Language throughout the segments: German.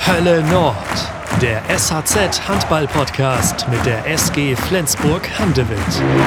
Hölle Nord, der SHZ Handball-Podcast mit der SG Flensburg-Handewitt.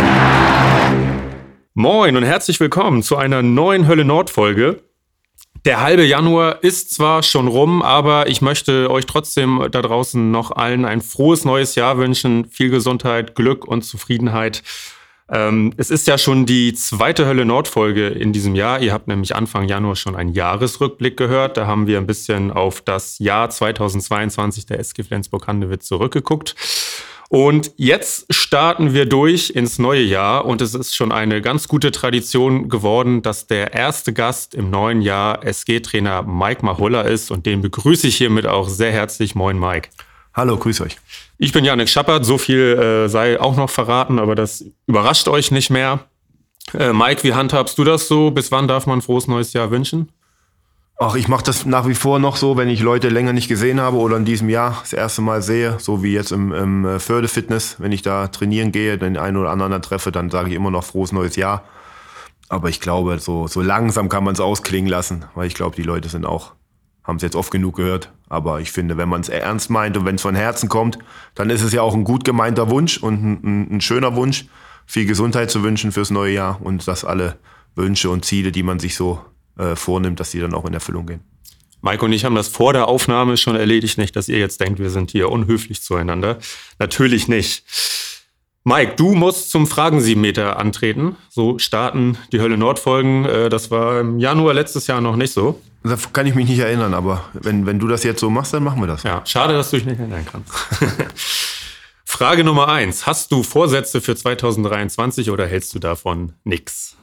Moin und herzlich willkommen zu einer neuen Hölle Nord-Folge. Der halbe Januar ist zwar schon rum, aber ich möchte euch trotzdem da draußen noch allen ein frohes neues Jahr wünschen. Viel Gesundheit, Glück und Zufriedenheit. Es ist ja schon die zweite Hölle Nord-Folge in diesem Jahr. Ihr habt nämlich Anfang Januar schon einen Jahresrückblick gehört. Da haben wir ein bisschen auf das Jahr 2022 der SG Flensburg-Handewitt zurückgeguckt. Und jetzt starten wir durch ins neue Jahr. Und es ist schon eine ganz gute Tradition geworden, dass der erste Gast im neuen Jahr SG-Trainer Mike Machulla ist. Und den begrüße ich hiermit auch sehr herzlich. Moin, Mike. Hallo, grüß euch. Ich bin Janik Schappert, so viel sei auch noch verraten, aber das überrascht euch nicht mehr. Mike, wie handhabst du das so? Bis wann darf man ein frohes neues Jahr wünschen? Ach, ich mache das nach wie vor noch so, wenn ich Leute länger nicht gesehen habe oder in diesem Jahr das erste Mal sehe, so wie jetzt im Förde-Fitness, wenn ich da trainieren gehe, den einen oder anderen treffe, dann sage ich immer noch frohes neues Jahr. Aber ich glaube, so langsam kann man es ausklingen lassen, weil ich glaube, die Leute haben es jetzt oft genug gehört. Aber ich finde, wenn man es ernst meint und wenn es von Herzen kommt, dann ist es ja auch ein gut gemeinter Wunsch und ein schöner Wunsch, viel Gesundheit zu wünschen fürs neue Jahr und dass alle Wünsche und Ziele, die man sich so vornimmt, dass die dann auch in Erfüllung gehen. Mike und ich haben das vor der Aufnahme schon erledigt, nicht, dass ihr jetzt denkt, wir sind hier unhöflich zueinander. Natürlich nicht. Mike, du musst zum Fragen-7-Meter antreten. So starten die Hölle Nord-Folgen. Das war im Januar letztes Jahr noch nicht so. Da kann ich mich nicht erinnern, aber wenn du das jetzt so machst, dann machen wir das. Ja, schade, dass du dich nicht erinnern kannst. Frage Nummer 1. Hast du Vorsätze für 2023 oder hältst du davon nix?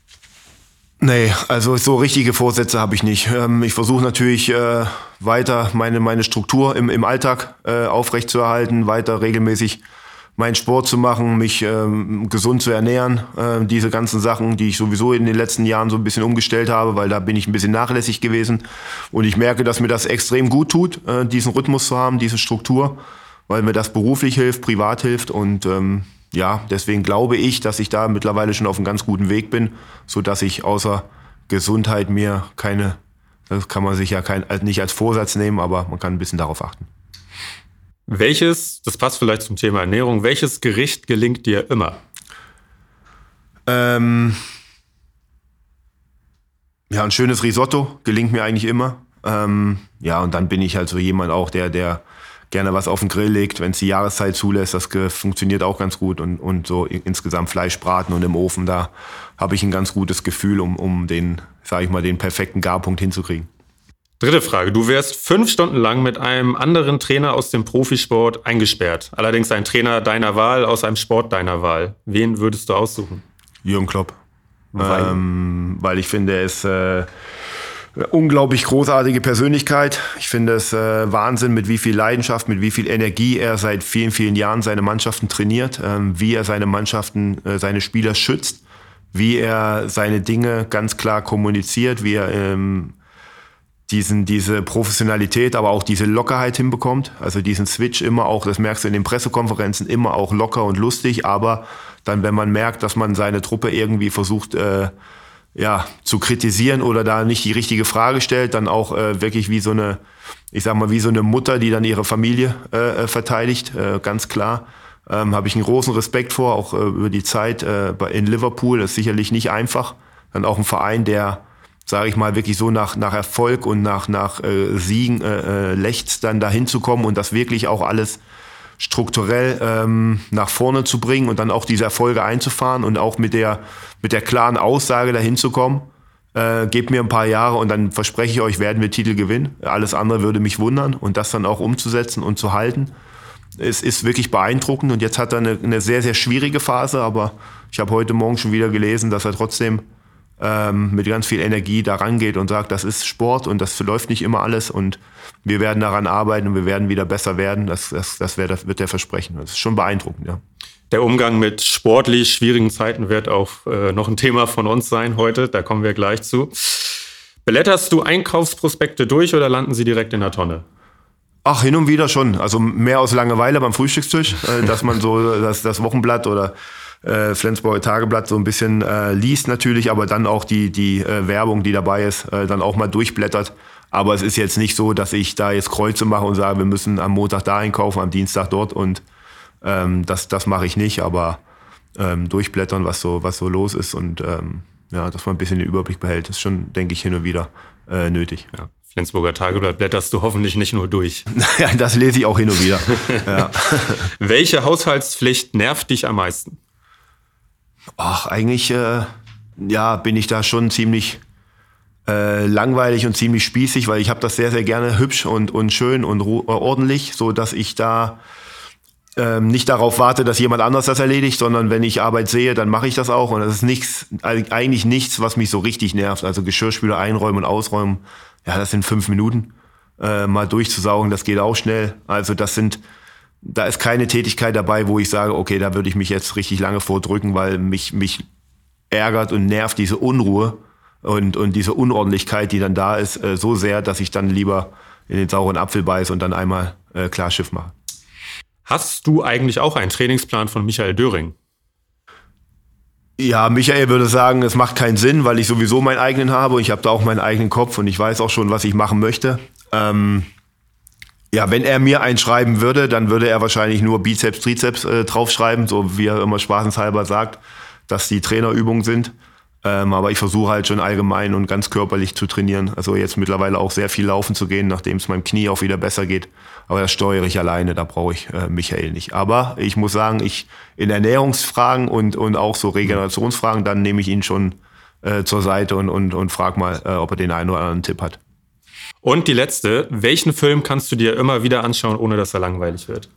Nee, also so richtige Vorsätze habe ich nicht. Ich versuche natürlich weiter meine Struktur im Alltag aufrechtzuerhalten, weiter regelmäßig meinen Sport zu machen, mich gesund zu ernähren, diese ganzen Sachen, die ich sowieso in den letzten Jahren so ein bisschen umgestellt habe, weil da bin ich ein bisschen nachlässig gewesen. Und ich merke, dass mir das extrem gut tut, diesen Rhythmus zu haben, diese Struktur, weil mir das beruflich hilft, privat hilft. Und deswegen glaube ich, dass ich da mittlerweile schon auf einem ganz guten Weg bin, sodass ich außer Gesundheit mir das kann man sich ja nicht als Vorsatz nehmen, aber man kann ein bisschen darauf achten. Das passt vielleicht zum Thema Ernährung, welches Gericht gelingt dir immer? Ein schönes Risotto gelingt mir eigentlich immer. Und dann bin ich halt so jemand auch, der gerne was auf den Grill legt, wenn es die Jahreszeit zulässt. Das funktioniert auch ganz gut. Und so insgesamt Fleisch braten und im Ofen, da habe ich ein ganz gutes Gefühl, um den perfekten Garpunkt hinzukriegen. Dritte Frage. Du wärst 5 Stunden lang mit einem anderen Trainer aus dem Profisport eingesperrt. Allerdings ein Trainer deiner Wahl aus einem Sport deiner Wahl. Wen würdest du aussuchen? Jürgen Klopp. Weil ich finde, er ist eine unglaublich großartige Persönlichkeit. Ich finde es Wahnsinn, mit wie viel Leidenschaft, mit wie viel Energie er seit vielen, vielen Jahren seine Mannschaften trainiert, wie er seine Mannschaften, seine Spieler schützt, wie er seine Dinge ganz klar kommuniziert, wie er diese Professionalität, aber auch diese Lockerheit hinbekommt. Also diesen Switch immer auch, das merkst du in den Pressekonferenzen, immer auch locker und lustig, aber dann, wenn man merkt, dass man seine Truppe irgendwie versucht zu kritisieren oder da nicht die richtige Frage stellt, dann auch wirklich wie so eine Mutter, die dann ihre Familie verteidigt, ganz klar. Habe ich einen großen Respekt vor, auch über die Zeit in Liverpool. Das ist sicherlich nicht einfach. Dann auch ein Verein, der, sage ich mal, wirklich so nach Erfolg und nach Siegen lechzt, dann dahin zu kommen und das wirklich auch alles strukturell nach vorne zu bringen und dann auch diese Erfolge einzufahren und auch mit der klaren Aussage dahin zu kommen, gebt mir ein paar Jahre und dann verspreche ich euch, werden wir Titel gewinnen. Alles andere würde mich wundern und das dann auch umzusetzen und zu halten. Es ist wirklich beeindruckend und jetzt hat er eine sehr, sehr schwierige Phase, aber ich habe heute Morgen schon wieder gelesen, dass er trotzdem mit ganz viel Energie da rangeht und sagt, das ist Sport und das läuft nicht immer alles und wir werden daran arbeiten und wir werden wieder besser werden. Das wird er versprechen. Das ist schon beeindruckend, ja. Der Umgang mit sportlich schwierigen Zeiten wird auch noch ein Thema von uns sein heute. Da kommen wir gleich zu. Blätterst du Einkaufsprospekte durch oder landen sie direkt in der Tonne? Ach, hin und wieder schon. Also mehr aus Langeweile beim Frühstückstisch, dass man so das Wochenblatt oder Flensburger Tageblatt so ein bisschen liest natürlich, aber dann auch die Werbung, die dabei ist, dann auch mal durchblättert. Aber es ist jetzt nicht so, dass ich da jetzt Kreuze mache und sage, wir müssen am Montag da einkaufen, am Dienstag dort. Und das mache ich nicht. Aber durchblättern, was so los ist und dass man ein bisschen den Überblick behält, ist schon, denke ich, hin und wieder nötig. Ja. Flensburger Tageblatt blätterst du hoffentlich nicht nur durch. Ja, das lese ich auch hin und wieder. Ja. Welche Haushaltspflicht nervt dich am meisten? Ach, eigentlich bin ich da schon ziemlich langweilig und ziemlich spießig, weil ich habe das sehr, sehr gerne hübsch und schön und ordentlich, so dass ich da nicht darauf warte, dass jemand anders das erledigt, sondern wenn ich Arbeit sehe, dann mache ich das auch. Und das ist eigentlich nichts, was mich so richtig nervt. Also Geschirrspüler einräumen und ausräumen, ja, das sind 5 Minuten. Mal durchzusaugen, das geht auch schnell. Also da ist keine Tätigkeit dabei, wo ich sage, okay, da würde ich mich jetzt richtig lange vordrücken, weil mich ärgert und nervt diese Unruhe und diese Unordentlichkeit, die dann da ist, so sehr, dass ich dann lieber in den sauren Apfel beiße und dann einmal Klarschiff mache. Hast du eigentlich auch einen Trainingsplan von Michael Döring? Ja, Michael würde sagen, es macht keinen Sinn, weil ich sowieso meinen eigenen habe und ich habe da auch meinen eigenen Kopf und ich weiß auch schon, was ich machen möchte. Wenn er mir einen schreiben würde, dann würde er wahrscheinlich nur Bizeps, Trizeps draufschreiben, so wie er immer spaßenshalber sagt, dass die Trainerübungen sind. Aber ich versuche halt schon allgemein und ganz körperlich zu trainieren. Also jetzt mittlerweile auch sehr viel laufen zu gehen, nachdem es meinem Knie auch wieder besser geht. Aber das steuere ich alleine, da brauche ich Michael nicht. Aber ich muss sagen, in Ernährungsfragen und auch so Regenerationsfragen, dann nehme ich ihn schon zur Seite und frage mal, ob er den einen oder anderen Tipp hat. Und die letzte, welchen Film kannst du dir immer wieder anschauen, ohne dass er langweilig wird?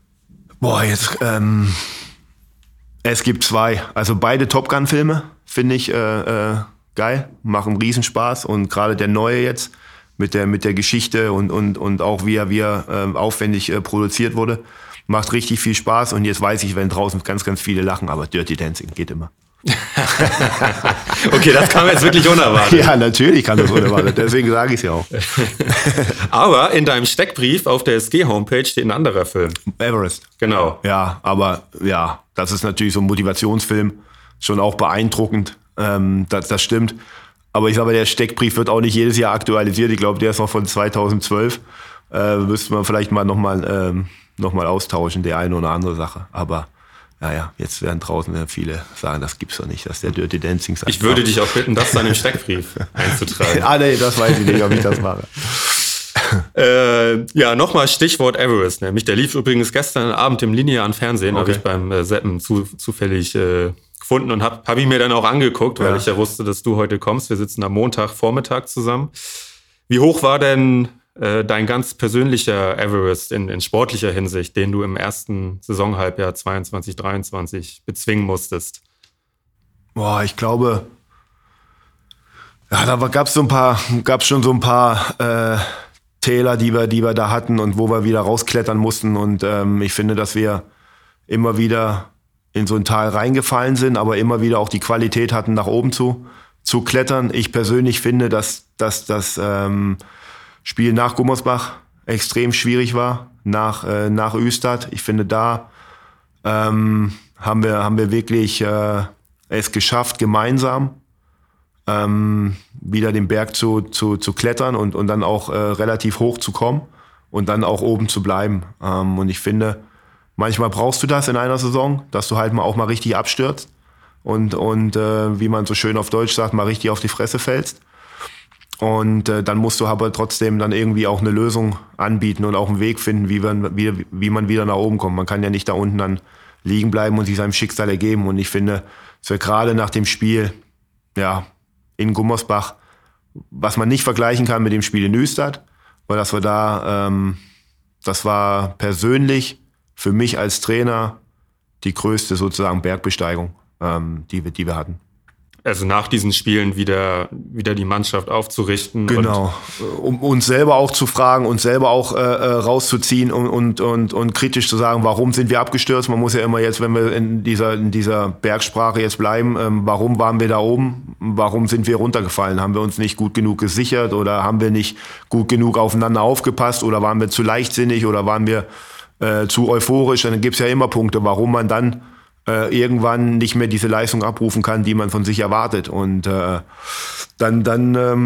Es gibt 2. Also beide Top Gun-Filme finde ich geil, machen Riesenspaß. Und gerade der neue jetzt mit der Geschichte und auch wie er aufwendig produziert wurde, macht richtig viel Spaß. Und jetzt weiß ich, wenn draußen ganz, ganz viele lachen, aber Dirty Dancing geht immer. Okay, das kam jetzt wirklich unerwartet. Ja, natürlich kam das unerwartet, deswegen sage ich es ja auch. Aber in deinem Steckbrief auf der SG-Homepage steht ein anderer Film. Everest. Genau. Ja, aber ja, das ist natürlich so ein Motivationsfilm, schon auch beeindruckend, das stimmt. Aber ich sage, der Steckbrief wird auch nicht jedes Jahr aktualisiert. Ich glaube, der ist noch von 2012. Müsste man vielleicht mal nochmal austauschen, die eine oder andere Sache. Aber ja, jetzt werden draußen viele sagen, das gibt's doch nicht, dass der Dirty Dancing sagt. Ich würde dich auch bitten, das dann im Steckbrief einzutragen. Nee, das weiß ich nicht, ob ich das mache. Nochmal Stichwort Everest. Nämlich, der lief übrigens gestern Abend im linearen Fernsehen, okay. Habe ich beim Seppen zufällig gefunden und hab ich mir dann auch angeguckt, weil ich ja wusste, dass du heute kommst. Wir sitzen am Montagvormittag zusammen. Wie hoch war denn dein ganz persönlicher Everest in sportlicher Hinsicht, den du im ersten Saisonhalbjahr 22/23 bezwingen musstest? Ich glaube, da gab's schon so ein paar Täler, die wir da hatten und wo wir wieder rausklettern mussten. Und ich finde, dass wir immer wieder in so ein Tal reingefallen sind, aber immer wieder auch die Qualität hatten, nach oben zu klettern. Ich persönlich finde, dass das Spiel nach Gummersbach extrem schwierig war, nach Östadt. Ich finde, da haben wir wirklich es geschafft, gemeinsam wieder den Berg zu klettern und dann auch relativ hoch zu kommen und dann auch oben zu bleiben. Und ich finde, manchmal brauchst du das in einer Saison, dass du halt auch mal richtig abstürzt und wie man so schön auf Deutsch sagt, mal richtig auf die Fresse fällst. Und dann musst du aber trotzdem dann irgendwie auch eine Lösung anbieten und auch einen Weg finden, wie man wieder nach oben kommt. Man kann ja nicht da unten dann liegen bleiben und sich seinem Schicksal ergeben. Und ich finde, dass wir gerade nach dem Spiel in Gummersbach, was man nicht vergleichen kann mit dem Spiel in Östadt, weil dass wir da, das war persönlich für mich als Trainer die größte sozusagen Bergbesteigung, die wir hatten. Also nach diesen Spielen wieder die Mannschaft aufzurichten. Genau, um uns selber auch zu fragen, uns selber auch rauszuziehen und kritisch zu sagen, warum sind wir abgestürzt? Man muss ja immer jetzt, wenn wir in dieser Bergsprache jetzt bleiben, warum waren wir da oben? Warum sind wir runtergefallen? Haben wir uns nicht gut genug gesichert oder haben wir nicht gut genug aufeinander aufgepasst oder waren wir zu leichtsinnig oder waren wir zu euphorisch? Dann gibt's ja immer Punkte, warum man dann irgendwann nicht mehr diese Leistung abrufen kann, die man von sich erwartet. Und dann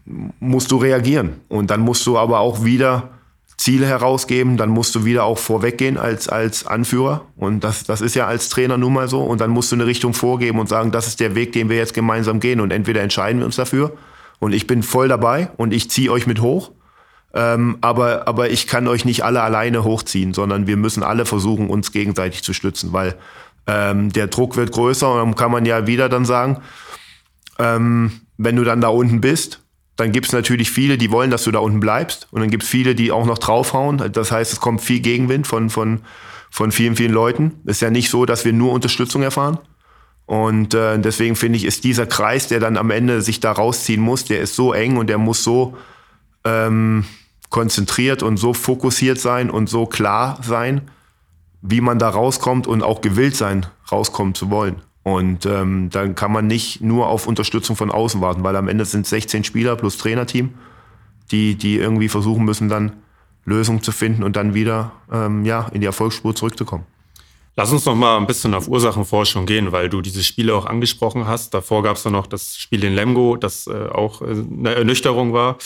musst du reagieren. Und dann musst du aber auch wieder Ziele herausgeben, dann musst du wieder auch vorweggehen als Anführer. Und das ist ja als Trainer nun mal so. Und dann musst du eine Richtung vorgeben und sagen, das ist der Weg, den wir jetzt gemeinsam gehen. Und entweder entscheiden wir uns dafür und ich bin voll dabei und ich ziehe euch mit hoch. Aber ich kann euch nicht alle alleine hochziehen, sondern wir müssen alle versuchen, uns gegenseitig zu stützen, weil der Druck wird größer und dann kann man ja wieder dann sagen, wenn du dann da unten bist, dann gibt es natürlich viele, die wollen, dass du da unten bleibst. Und dann gibt es viele, die auch noch draufhauen. Das heißt, es kommt viel Gegenwind von vielen, vielen Leuten. Es ist ja nicht so, dass wir nur Unterstützung erfahren. Und deswegen finde ich, ist dieser Kreis, der dann am Ende sich da rausziehen muss, der ist so eng und der muss so konzentriert und so fokussiert sein und so klar sein, wie man da rauskommt und auch gewillt sein, rauskommen zu wollen. Und dann kann man nicht nur auf Unterstützung von außen warten, weil am Ende sind 16 Spieler plus Trainerteam, die irgendwie versuchen müssen, dann Lösungen zu finden und dann wieder in die Erfolgsspur zurückzukommen. Lass uns noch mal ein bisschen auf Ursachenforschung gehen, weil du diese Spiele auch angesprochen hast. Davor gab es noch das Spiel in Lemgo, das auch eine Ernüchterung war.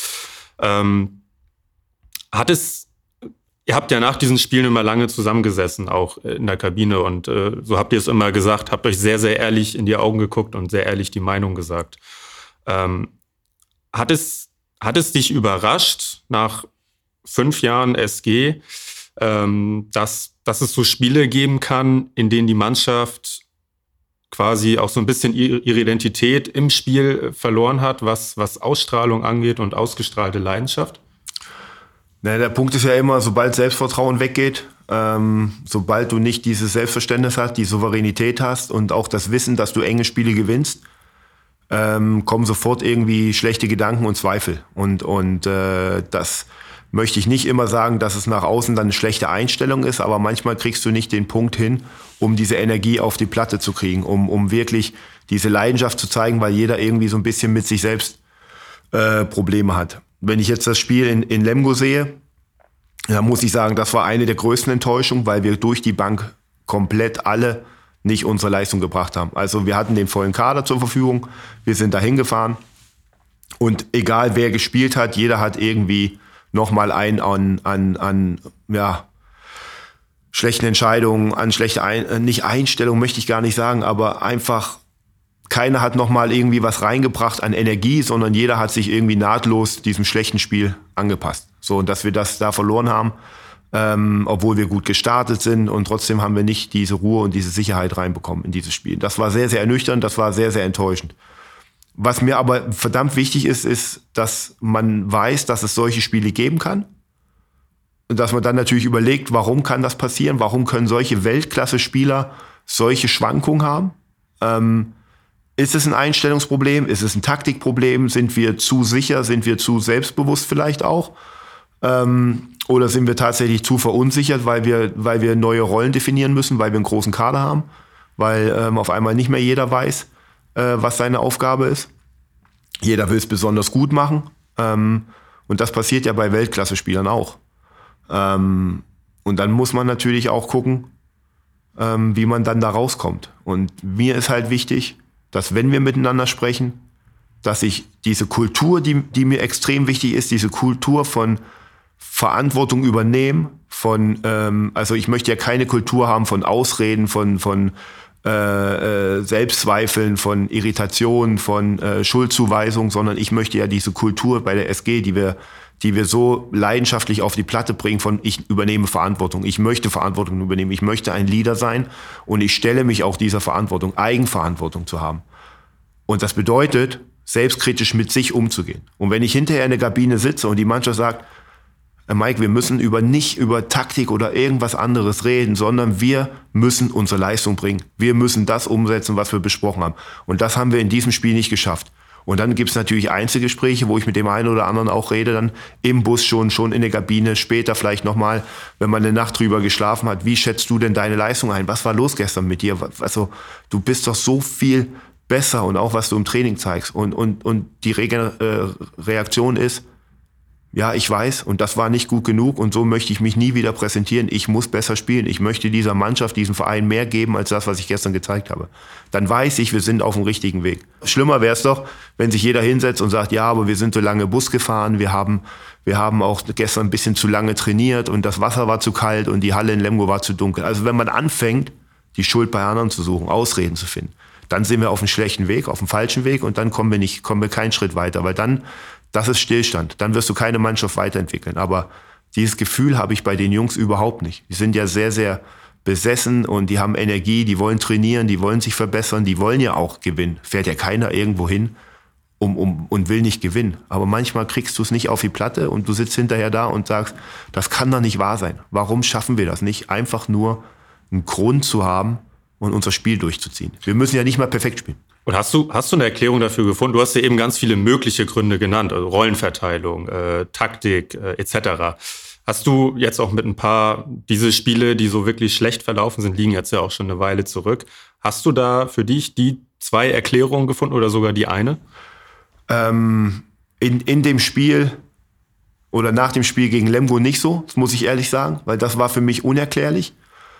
Ihr habt ja nach diesen Spielen immer lange zusammengesessen, auch in der Kabine. Und so habt ihr es immer gesagt, habt euch sehr, sehr ehrlich in die Augen geguckt und sehr ehrlich die Meinung gesagt. Hat es dich überrascht, nach 5 Jahren SG, dass es so Spiele geben kann, in denen die Mannschaft quasi auch so ein bisschen ihre Identität im Spiel verloren hat, was Ausstrahlung angeht und ausgestrahlte Leidenschaft? Na, der Punkt ist ja immer, sobald Selbstvertrauen weggeht, sobald du nicht dieses Selbstverständnis hast, die Souveränität hast und auch das Wissen, dass du enge Spiele gewinnst, kommen sofort irgendwie schlechte Gedanken und Zweifel. Und das möchte ich nicht immer sagen, dass es nach außen dann eine schlechte Einstellung ist, aber manchmal kriegst du nicht den Punkt hin, um diese Energie auf die Platte zu kriegen, um wirklich diese Leidenschaft zu zeigen, weil jeder irgendwie so ein bisschen mit sich selbst Probleme hat. Wenn ich jetzt das Spiel in Lemgo sehe, dann muss ich sagen, das war eine der größten Enttäuschungen, weil wir durch die Bank komplett alle nicht unsere Leistung gebracht haben. Also wir hatten den vollen Kader zur Verfügung, wir sind da hingefahren und egal wer gespielt hat, jeder hat irgendwie nochmal an schlechten Entscheidungen, an schlechte nicht Einstellung möchte ich gar nicht sagen, aber einfach keiner hat nochmal irgendwie was reingebracht an Energie, sondern jeder hat sich irgendwie nahtlos diesem schlechten Spiel angepasst. So, und dass wir das da verloren haben, obwohl wir gut gestartet sind und trotzdem haben wir nicht diese Ruhe und diese Sicherheit reinbekommen in dieses Spiel. Das war sehr, sehr ernüchternd, das war sehr, sehr enttäuschend. Was mir aber verdammt wichtig ist, dass man weiß, dass es solche Spiele geben kann. Und dass man dann natürlich überlegt, warum kann das passieren? Warum können solche Weltklasse-Spieler solche Schwankungen haben? Ist es ein Einstellungsproblem? Ist es ein Taktikproblem? Sind wir zu sicher? Sind wir zu selbstbewusst vielleicht auch? Oder sind wir tatsächlich zu verunsichert, weil wir neue Rollen definieren müssen, weil wir einen großen Kader haben? Weil auf einmal nicht mehr jeder weiß, was seine Aufgabe ist. Jeder will es besonders gut machen. Und das passiert ja bei Weltklasse-Spielern auch. Und dann muss man natürlich auch gucken, wie man dann da rauskommt. Und mir ist halt wichtig, dass wenn wir miteinander sprechen, dass ich diese Kultur, die mir extrem wichtig ist, diese Kultur von Verantwortung übernehmen, also ich möchte ja keine Kultur haben von Ausreden, von Selbstzweifeln, von Irritationen, von Schuldzuweisung, sondern ich möchte ja diese Kultur bei der SG, die wir so leidenschaftlich auf die Platte bringen, von ich übernehme Verantwortung, ich möchte Verantwortung übernehmen, ich möchte ein Leader sein und ich stelle mich auch dieser Verantwortung, Eigenverantwortung zu haben. Und das bedeutet, selbstkritisch mit sich umzugehen. Und wenn ich hinterher in der Kabine sitze und die Mannschaft sagt, Mike, wir müssen nicht über Taktik oder irgendwas anderes reden, sondern wir müssen unsere Leistung bringen. Wir müssen das umsetzen, was wir besprochen haben. Und das haben wir in diesem Spiel nicht geschafft. Und dann gibt es natürlich Einzelgespräche, wo ich mit dem einen oder anderen auch rede, dann im Bus schon in der Kabine, später vielleicht nochmal, wenn man eine Nacht drüber geschlafen hat. Wie schätzt du denn deine Leistung ein? Was war los gestern mit dir? Also du bist doch so viel besser und auch was du im Training zeigst. Und die Reaktion ist, ja, ich weiß, und das war nicht gut genug und so möchte ich mich nie wieder präsentieren. Ich muss besser spielen. Ich möchte dieser Mannschaft, diesem Verein mehr geben als das, was ich gestern gezeigt habe. Dann weiß ich, wir sind auf dem richtigen Weg. Schlimmer wäre es doch, wenn sich jeder hinsetzt und sagt, ja, aber wir sind so lange Bus gefahren, wir haben auch gestern ein bisschen zu lange trainiert und das Wasser war zu kalt und die Halle in Lemgo war zu dunkel. Also wenn man anfängt, die Schuld bei anderen zu suchen, Ausreden zu finden, dann sind wir auf einem schlechten Weg, auf dem falschen Weg und dann kommen wir keinen Schritt weiter, weil dann, das ist Stillstand. Dann wirst du keine Mannschaft weiterentwickeln. Aber dieses Gefühl habe ich bei den Jungs überhaupt nicht. Die sind ja sehr, sehr besessen und die haben Energie, die wollen trainieren, die wollen sich verbessern, die wollen ja auch gewinnen. Fährt ja keiner irgendwo hin und will nicht gewinnen. Aber manchmal kriegst du es nicht auf die Platte und du sitzt hinterher da und sagst, das kann doch nicht wahr sein. Warum schaffen wir das nicht? Einfach nur einen Grund zu haben und unser Spiel durchzuziehen. Wir müssen ja nicht mal perfekt spielen. Und hast du eine Erklärung dafür gefunden? Du hast ja eben ganz viele mögliche Gründe genannt, also Rollenverteilung, Taktik etc. Hast du jetzt auch mit ein paar, diese Spiele, die so wirklich schlecht verlaufen sind, liegen jetzt ja auch schon eine Weile zurück. Hast du da für dich die 2 Erklärungen gefunden oder sogar die eine? In dem Spiel oder nach dem Spiel gegen Lemgo nicht so, das muss ich ehrlich sagen, weil das war für mich unerklärlich.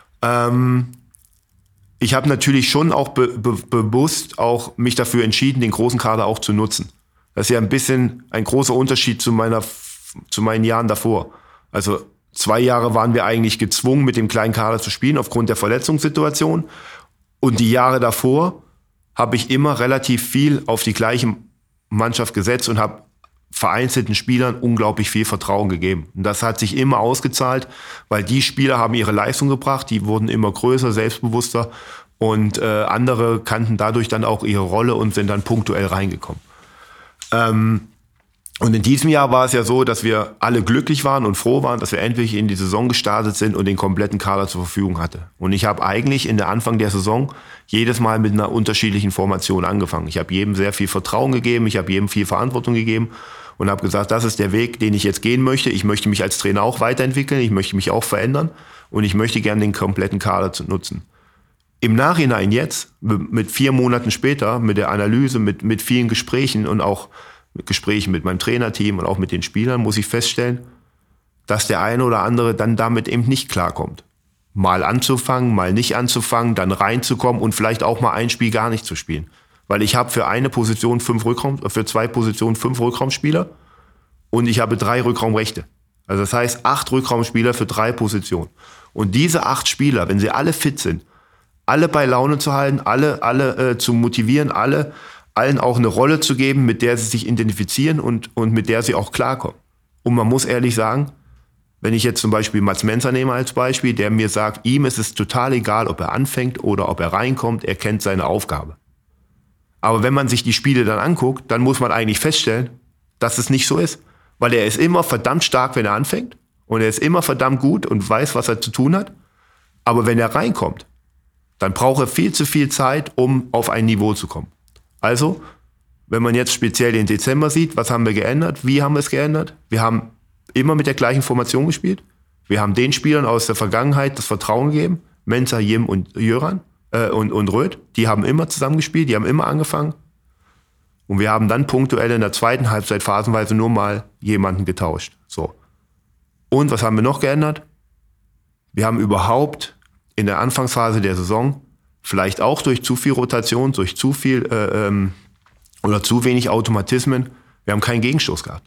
Ich habe natürlich schon auch bewusst auch mich dafür entschieden, den großen Kader auch zu nutzen. Das ist ja ein bisschen ein großer Unterschied zu meinen Jahren davor. Also 2 Jahre waren wir eigentlich gezwungen, mit dem kleinen Kader zu spielen, aufgrund der Verletzungssituation. Und die Jahre davor habe ich immer relativ viel auf die gleiche Mannschaft gesetzt und habe vereinzelten Spielern unglaublich viel Vertrauen gegeben. Und das hat sich immer ausgezahlt, weil die Spieler haben ihre Leistung gebracht, die wurden immer größer, selbstbewusster und andere kannten dadurch dann auch ihre Rolle und sind dann punktuell reingekommen. Und in diesem Jahr war es ja so, dass wir alle glücklich waren und froh waren, dass wir endlich in die Saison gestartet sind und den kompletten Kader zur Verfügung hatte. Und ich habe eigentlich in der Anfang der Saison jedes Mal mit einer unterschiedlichen Formation angefangen. Ich habe jedem sehr viel Vertrauen gegeben, ich habe jedem viel Verantwortung gegeben und habe gesagt, das ist der Weg, den ich jetzt gehen möchte. Ich möchte mich als Trainer auch weiterentwickeln, ich möchte mich auch verändern und ich möchte gerne den kompletten Kader nutzen. Im Nachhinein jetzt, mit 4 Monaten später, mit der Analyse, mit vielen Gesprächen und auch Gesprächen mit meinem Trainerteam und auch mit den Spielern, muss ich feststellen, dass der eine oder andere dann damit eben nicht klarkommt. Mal anzufangen, mal nicht anzufangen, dann reinzukommen und vielleicht auch mal ein Spiel gar nicht zu spielen. Weil ich habe für 2 Positionen 5 Rückraumspieler und ich habe 3 Rückraumrechte. Also das heißt 8 Rückraumspieler für 3 Positionen. Und diese 8 Spieler, wenn sie alle fit sind, alle bei Laune zu halten, alle zu motivieren, allen auch eine Rolle zu geben, mit der sie sich identifizieren und mit der sie auch klarkommen. Und man muss ehrlich sagen, wenn ich jetzt zum Beispiel Mats Menzer nehme als Beispiel, der mir sagt, ihm ist es total egal, ob er anfängt oder ob er reinkommt, er kennt seine Aufgabe. Aber wenn man sich die Spiele dann anguckt, dann muss man eigentlich feststellen, dass es nicht so ist. Weil er ist immer verdammt stark, wenn er anfängt und er ist immer verdammt gut und weiß, was er zu tun hat. Aber wenn er reinkommt, dann braucht er viel zu viel Zeit, um auf ein Niveau zu kommen. Also, wenn man jetzt speziell den Dezember sieht, was haben wir geändert? Wie haben wir es geändert? Wir haben immer mit der gleichen Formation gespielt. Wir haben den Spielern aus der Vergangenheit das Vertrauen gegeben. Menzer, Jim und Jöran und Röth. Die haben immer zusammengespielt, die haben immer angefangen. Und wir haben dann punktuell in der zweiten Halbzeit phasenweise nur mal jemanden getauscht. So. Und was haben wir noch geändert? Wir haben überhaupt in der Anfangsphase der Saison vielleicht auch durch zu viel Rotation, durch zu viel oder zu wenig Automatismen. Wir haben keinen Gegenstoß gehabt.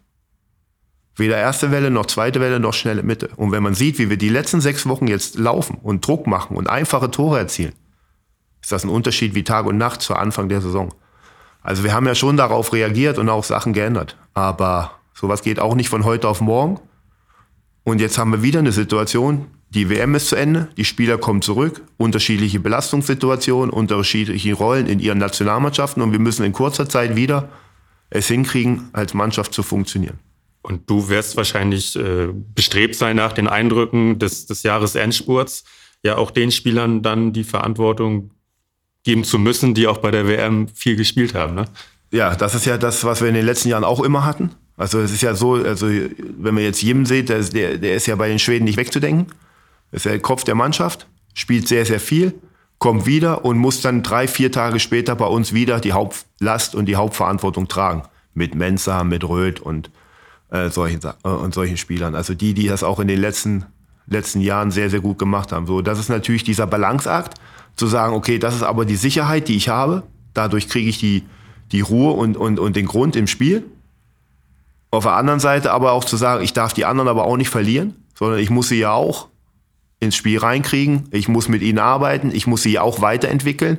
Weder erste Welle, noch zweite Welle, noch schnelle Mitte. Und wenn man sieht, wie wir die letzten 6 Wochen jetzt laufen und Druck machen und einfache Tore erzielen, ist das ein Unterschied wie Tag und Nacht zu Anfang der Saison. Also wir haben ja schon darauf reagiert und auch Sachen geändert. Aber sowas geht auch nicht von heute auf morgen. Und jetzt haben wir wieder eine Situation, die WM ist zu Ende, die Spieler kommen zurück, unterschiedliche Belastungssituationen, unterschiedliche Rollen in ihren Nationalmannschaften und wir müssen in kurzer Zeit wieder es hinkriegen, als Mannschaft zu funktionieren. Und du wirst wahrscheinlich bestrebt sein, nach den Eindrücken des Jahresendspurts ja auch den Spielern dann die Verantwortung geben zu müssen, die auch bei der WM viel gespielt haben, ne? Ja, das ist ja das, was wir in den letzten Jahren auch immer hatten. Also es ist ja so, also wenn man jetzt Jim sieht, der ist ja bei den Schweden nicht wegzudenken. Das ist ja der Kopf der Mannschaft, spielt sehr, sehr viel, kommt wieder und muss dann 3-4 Tage später bei uns wieder die Hauptlast und die Hauptverantwortung tragen. Mit Menzer, mit Röth und solchen Spielern. Also die das auch in den letzten Jahren sehr, sehr gut gemacht haben. So, das ist natürlich dieser Balanceakt, zu sagen, okay, das ist aber die Sicherheit, die ich habe. Dadurch kriege ich die Ruhe und den Grund im Spiel. Auf der anderen Seite aber auch zu sagen, ich darf die anderen aber auch nicht verlieren, sondern ich muss sie ja auch ins Spiel reinkriegen. Ich muss mit ihnen arbeiten. Ich muss sie auch weiterentwickeln.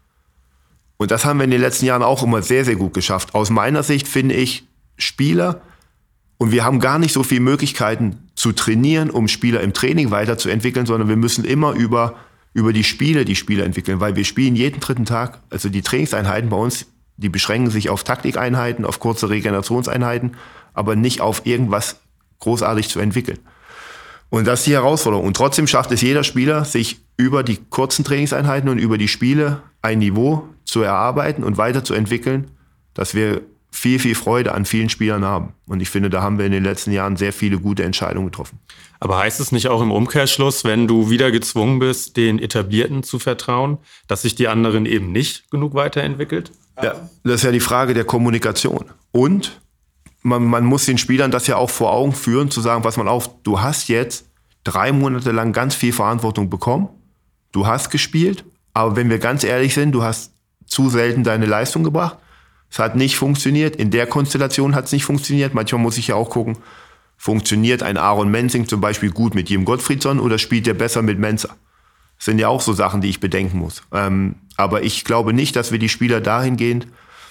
Und das haben wir in den letzten Jahren auch immer sehr, sehr gut geschafft. Aus meiner Sicht finde ich Spieler, und wir haben gar nicht so viele Möglichkeiten zu trainieren, um Spieler im Training weiterzuentwickeln, sondern wir müssen immer über die Spieler entwickeln, weil wir spielen jeden dritten Tag, also die Trainingseinheiten bei uns, die beschränken sich auf Taktikeinheiten, auf kurze Regenerationseinheiten, aber nicht auf irgendwas großartig zu entwickeln. Und das ist die Herausforderung. Und trotzdem schafft es jeder Spieler, sich über die kurzen Trainingseinheiten und über die Spiele ein Niveau zu erarbeiten und weiterzuentwickeln, dass wir viel, viel Freude an vielen Spielern haben. Und ich finde, da haben wir in den letzten Jahren sehr viele gute Entscheidungen getroffen. Aber heißt es nicht auch im Umkehrschluss, wenn du wieder gezwungen bist, den Etablierten zu vertrauen, dass sich die anderen eben nicht genug weiterentwickelt? Ja, das ist ja die Frage der Kommunikation. Und man muss den Spielern das ja auch vor Augen führen, zu sagen, pass mal auf, du hast jetzt 3 Monate lang ganz viel Verantwortung bekommen, du hast gespielt, aber wenn wir ganz ehrlich sind, du hast zu selten deine Leistung gebracht. Es hat nicht funktioniert. In der Konstellation hat es nicht funktioniert. Manchmal muss ich ja auch gucken, funktioniert ein Aaron Mensing zum Beispiel gut mit Jim Gottfriedson oder spielt er besser mit Mensah? Das sind ja auch so Sachen, die ich bedenken muss. Aber ich glaube nicht, dass wir die Spieler dahingehend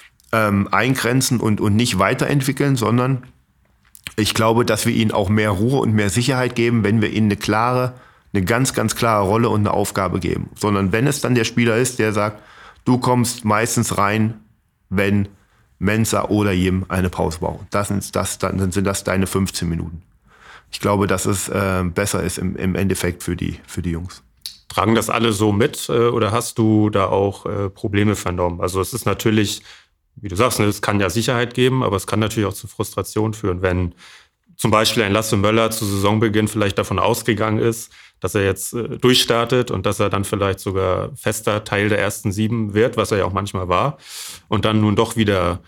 eingrenzen und nicht weiterentwickeln, sondern ich glaube, dass wir ihnen auch mehr Ruhe und mehr Sicherheit geben, wenn wir ihnen eine ganz, ganz klare Rolle und eine Aufgabe geben. Sondern wenn es dann der Spieler ist, der sagt, du kommst meistens rein, wenn Mensah oder Jim eine Pause brauchen. Dann sind das deine 15 Minuten. Ich glaube, dass es besser ist im Endeffekt für die Jungs. Tragen das alle so mit oder hast du da auch Probleme vernommen? Also es ist natürlich, wie du sagst, es kann ja Sicherheit geben, aber es kann natürlich auch zu Frustration führen, wenn zum Beispiel ein Lasse Möller zu Saisonbeginn vielleicht davon ausgegangen ist, dass er jetzt durchstartet und dass er dann vielleicht sogar fester Teil der ersten 7 wird, was er ja auch manchmal war, und dann nun doch wieder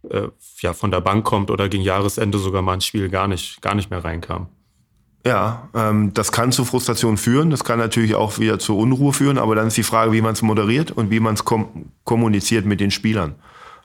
von der Bank kommt oder gegen Jahresende sogar mal ins Spiel gar nicht mehr reinkam. Ja, das kann zu Frustration führen, das kann natürlich auch wieder zu Unruhe führen, aber dann ist die Frage, wie man es moderiert und wie man es kommuniziert mit den Spielern.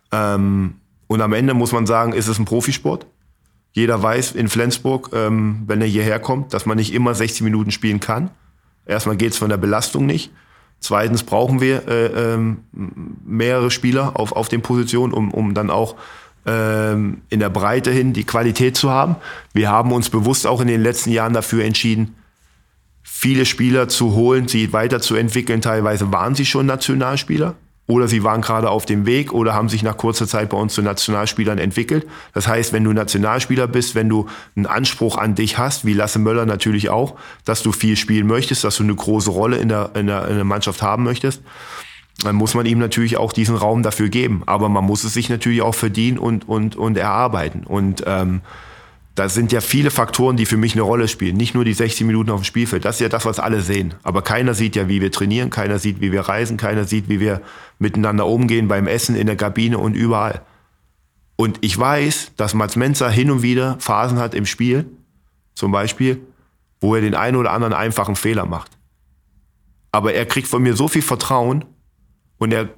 Und am Ende muss man sagen, ist es ein Profisport. Jeder weiß in Flensburg, wenn er hierher kommt, dass man nicht immer 60 Minuten spielen kann. Erstmal geht es von der Belastung nicht. Zweitens brauchen wir mehrere Spieler auf den Positionen, um dann auch in der Breite hin die Qualität zu haben. Wir haben uns bewusst auch in den letzten Jahren dafür entschieden, viele Spieler zu holen, sie weiterzuentwickeln. Teilweise waren sie schon Nationalspieler. Oder sie waren gerade auf dem Weg oder haben sich nach kurzer Zeit bei uns zu Nationalspielern entwickelt. Das heißt, wenn du Nationalspieler bist, wenn du einen Anspruch an dich hast, wie Lasse Möller natürlich auch, dass du viel spielen möchtest, dass du eine große Rolle in der Mannschaft haben möchtest, dann muss man ihm natürlich auch diesen Raum dafür geben. Aber man muss es sich natürlich auch verdienen und erarbeiten. Und da sind ja viele Faktoren, die für mich eine Rolle spielen. Nicht nur die 60 Minuten auf dem Spielfeld. Das ist ja das, was alle sehen. Aber keiner sieht ja, wie wir trainieren. Keiner sieht, wie wir reisen. Keiner sieht, wie wir miteinander umgehen beim Essen, in der Kabine und überall. Und ich weiß, dass Mats Mensah hin und wieder Phasen hat im Spiel, zum Beispiel, wo er den einen oder anderen einfachen Fehler macht. Aber er kriegt von mir so viel Vertrauen und er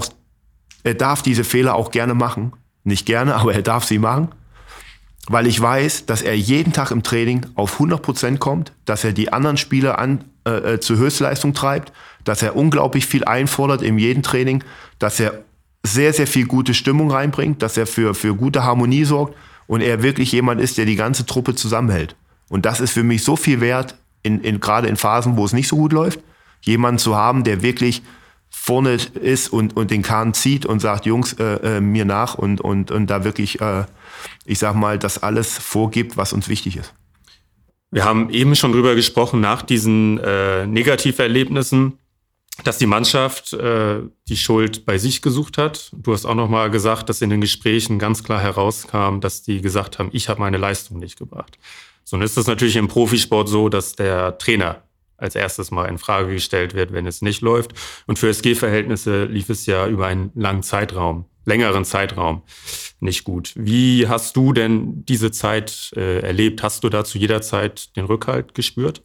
darf diese Fehler auch gerne machen. Nicht gerne, aber er darf sie machen. Weil ich weiß, dass er jeden Tag im Training auf 100% kommt, dass er die anderen Spieler zur Höchstleistung treibt, dass er unglaublich viel einfordert in jedem Training, dass er sehr, sehr viel gute Stimmung reinbringt, dass er für gute Harmonie sorgt und er wirklich jemand ist, der die ganze Truppe zusammenhält. Und das ist für mich so viel wert, gerade in Phasen, wo es nicht so gut läuft, jemanden zu haben, der wirklich vorne ist und den Kahn zieht und sagt, Jungs, mir nach und da wirklich, ich sag mal, das alles vorgibt, was uns wichtig ist. Wir haben eben schon drüber gesprochen, nach diesen Negativerlebnissen, dass die Mannschaft die Schuld bei sich gesucht hat. Du hast auch noch mal gesagt, dass in den Gesprächen ganz klar herauskam, dass die gesagt haben, ich habe meine Leistung nicht gebracht. So, und ist es natürlich im Profisport so, dass der Trainer als erstes mal in Frage gestellt wird, wenn es nicht läuft. Und für SG-Verhältnisse lief es ja über einen langen Zeitraum längeren Zeitraum nicht gut. Wie hast du denn diese Zeit erlebt? Hast du da zu jeder Zeit den Rückhalt gespürt?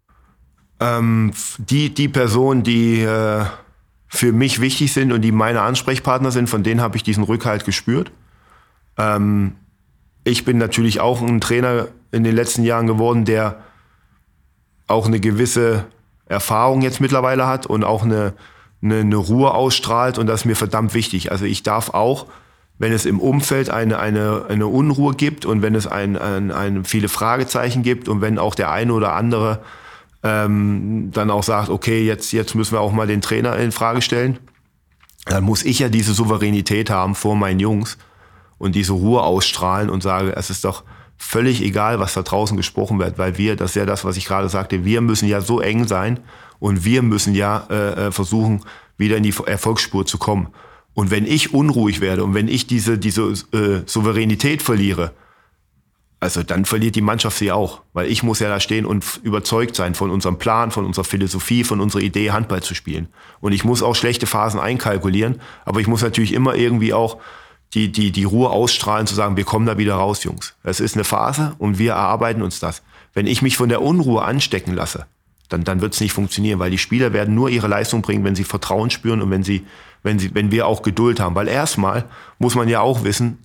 Die Personen, die für mich wichtig sind und die meine Ansprechpartner sind, von denen habe ich diesen Rückhalt gespürt. Ich bin natürlich auch ein Trainer in den letzten Jahren geworden, der auch eine gewisse Erfahrung jetzt mittlerweile hat und auch eine Ruhe ausstrahlt, und das ist mir verdammt wichtig. Also ich darf auch, wenn es im Umfeld eine Unruhe gibt und wenn es viele Fragezeichen gibt und wenn auch der eine oder andere dann auch sagt, okay, jetzt müssen wir auch mal den Trainer in Frage stellen, dann muss ich ja diese Souveränität haben vor meinen Jungs und diese Ruhe ausstrahlen und sage, es ist doch völlig egal, was da draußen gesprochen wird, weil das ist ja das, was ich gerade sagte, wir müssen ja so eng sein und wir müssen ja versuchen, wieder in die Erfolgsspur zu kommen. Und wenn ich unruhig werde und wenn ich diese Souveränität verliere, also dann verliert die Mannschaft sie auch, weil ich muss ja da stehen und überzeugt sein von unserem Plan, von unserer Philosophie, von unserer Idee, Handball zu spielen. Und ich muss auch schlechte Phasen einkalkulieren, aber ich muss natürlich immer irgendwie auch die Ruhe ausstrahlen, zu sagen, wir kommen da wieder raus, Jungs. Es ist eine Phase und wir erarbeiten uns das. Wenn ich mich von der Unruhe anstecken lasse, dann wird es nicht funktionieren, weil die Spieler werden nur ihre Leistung bringen, wenn sie Vertrauen spüren und wenn wir auch Geduld haben. Weil erstmal muss man ja auch wissen,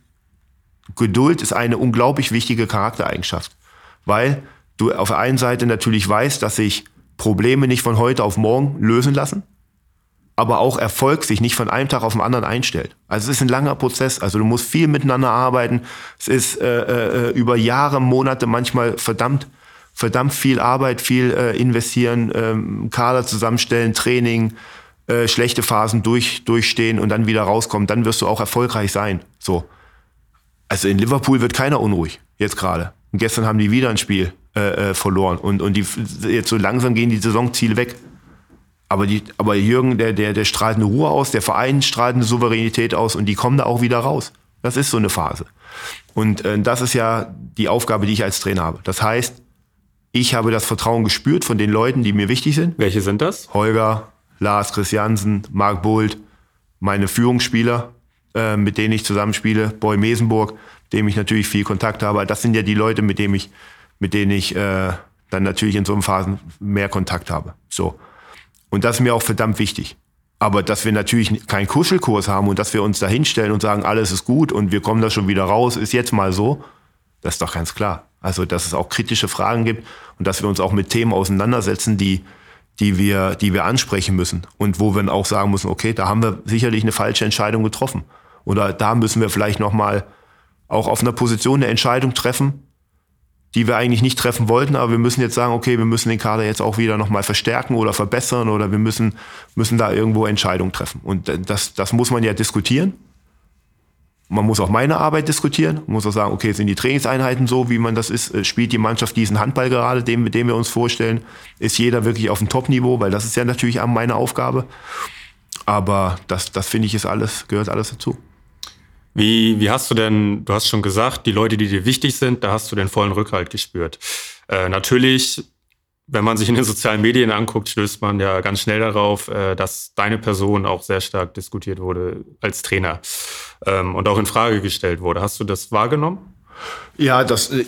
Geduld ist eine unglaublich wichtige Charaktereigenschaft, weil du auf der einen Seite natürlich weißt, dass sich Probleme nicht von heute auf morgen lösen lassen, aber auch Erfolg sich nicht von einem Tag auf den anderen einstellt. Also es ist ein langer Prozess, also du musst viel miteinander arbeiten, es ist über Jahre, Monate manchmal verdammt viel Arbeit, viel investieren, Kader zusammenstellen, Training, schlechte Phasen durchstehen und dann wieder rauskommen, dann wirst du auch erfolgreich sein. So. Also in Liverpool wird keiner unruhig, jetzt gerade. Und gestern haben die wieder ein Spiel verloren und jetzt so langsam gehen die Saisonziele weg. Aber Jürgen, der strahlt eine Ruhe aus, der Verein strahlt eine Souveränität aus und die kommen da auch wieder raus. Das ist so eine Phase. Und das ist ja die Aufgabe, die ich als Trainer habe. Das heißt, ich habe das Vertrauen gespürt von den Leuten, die mir wichtig sind. Welche sind das? Holger, Lars Christiansen, Marc Bult, meine Führungsspieler, mit denen ich zusammenspiele, Boy Mesenburg, mit dem ich natürlich viel Kontakt habe. Das sind ja die Leute, mit denen ich dann natürlich in so einen Phasen mehr Kontakt habe. So. Und das ist mir auch verdammt wichtig. Aber dass wir natürlich keinen Kuschelkurs haben und dass wir uns da hinstellen und sagen, alles ist gut und wir kommen da schon wieder raus, ist jetzt mal so, das ist doch ganz klar. Also, dass es auch kritische Fragen gibt und dass wir uns auch mit Themen auseinandersetzen, die wir ansprechen müssen und wo wir dann auch sagen müssen, okay, da haben wir sicherlich eine falsche Entscheidung getroffen. Oder da müssen wir vielleicht nochmal auch auf einer Position eine Entscheidung treffen, die wir eigentlich nicht treffen wollten, aber wir müssen jetzt sagen, okay, wir müssen den Kader jetzt auch wieder nochmal verstärken oder verbessern oder wir müssen da irgendwo Entscheidungen treffen. Und das muss man ja diskutieren. Man muss auch meine Arbeit diskutieren. Man muss auch sagen, okay, sind die Trainingseinheiten so, wie man das ist? Spielt die Mannschaft diesen Handball gerade, mit dem wir uns vorstellen? Ist jeder wirklich auf dem Top-Niveau? Weil das ist ja natürlich meine Aufgabe. Aber das finde ich, gehört alles dazu. Wie hast du hast schon gesagt, die Leute, die dir wichtig sind, da hast du den vollen Rückhalt gespürt. Natürlich, wenn man sich in den sozialen Medien anguckt, stößt man ja ganz schnell darauf, dass deine Person auch sehr stark diskutiert wurde als Trainer und auch in Frage gestellt wurde. Hast du das wahrgenommen? Ja,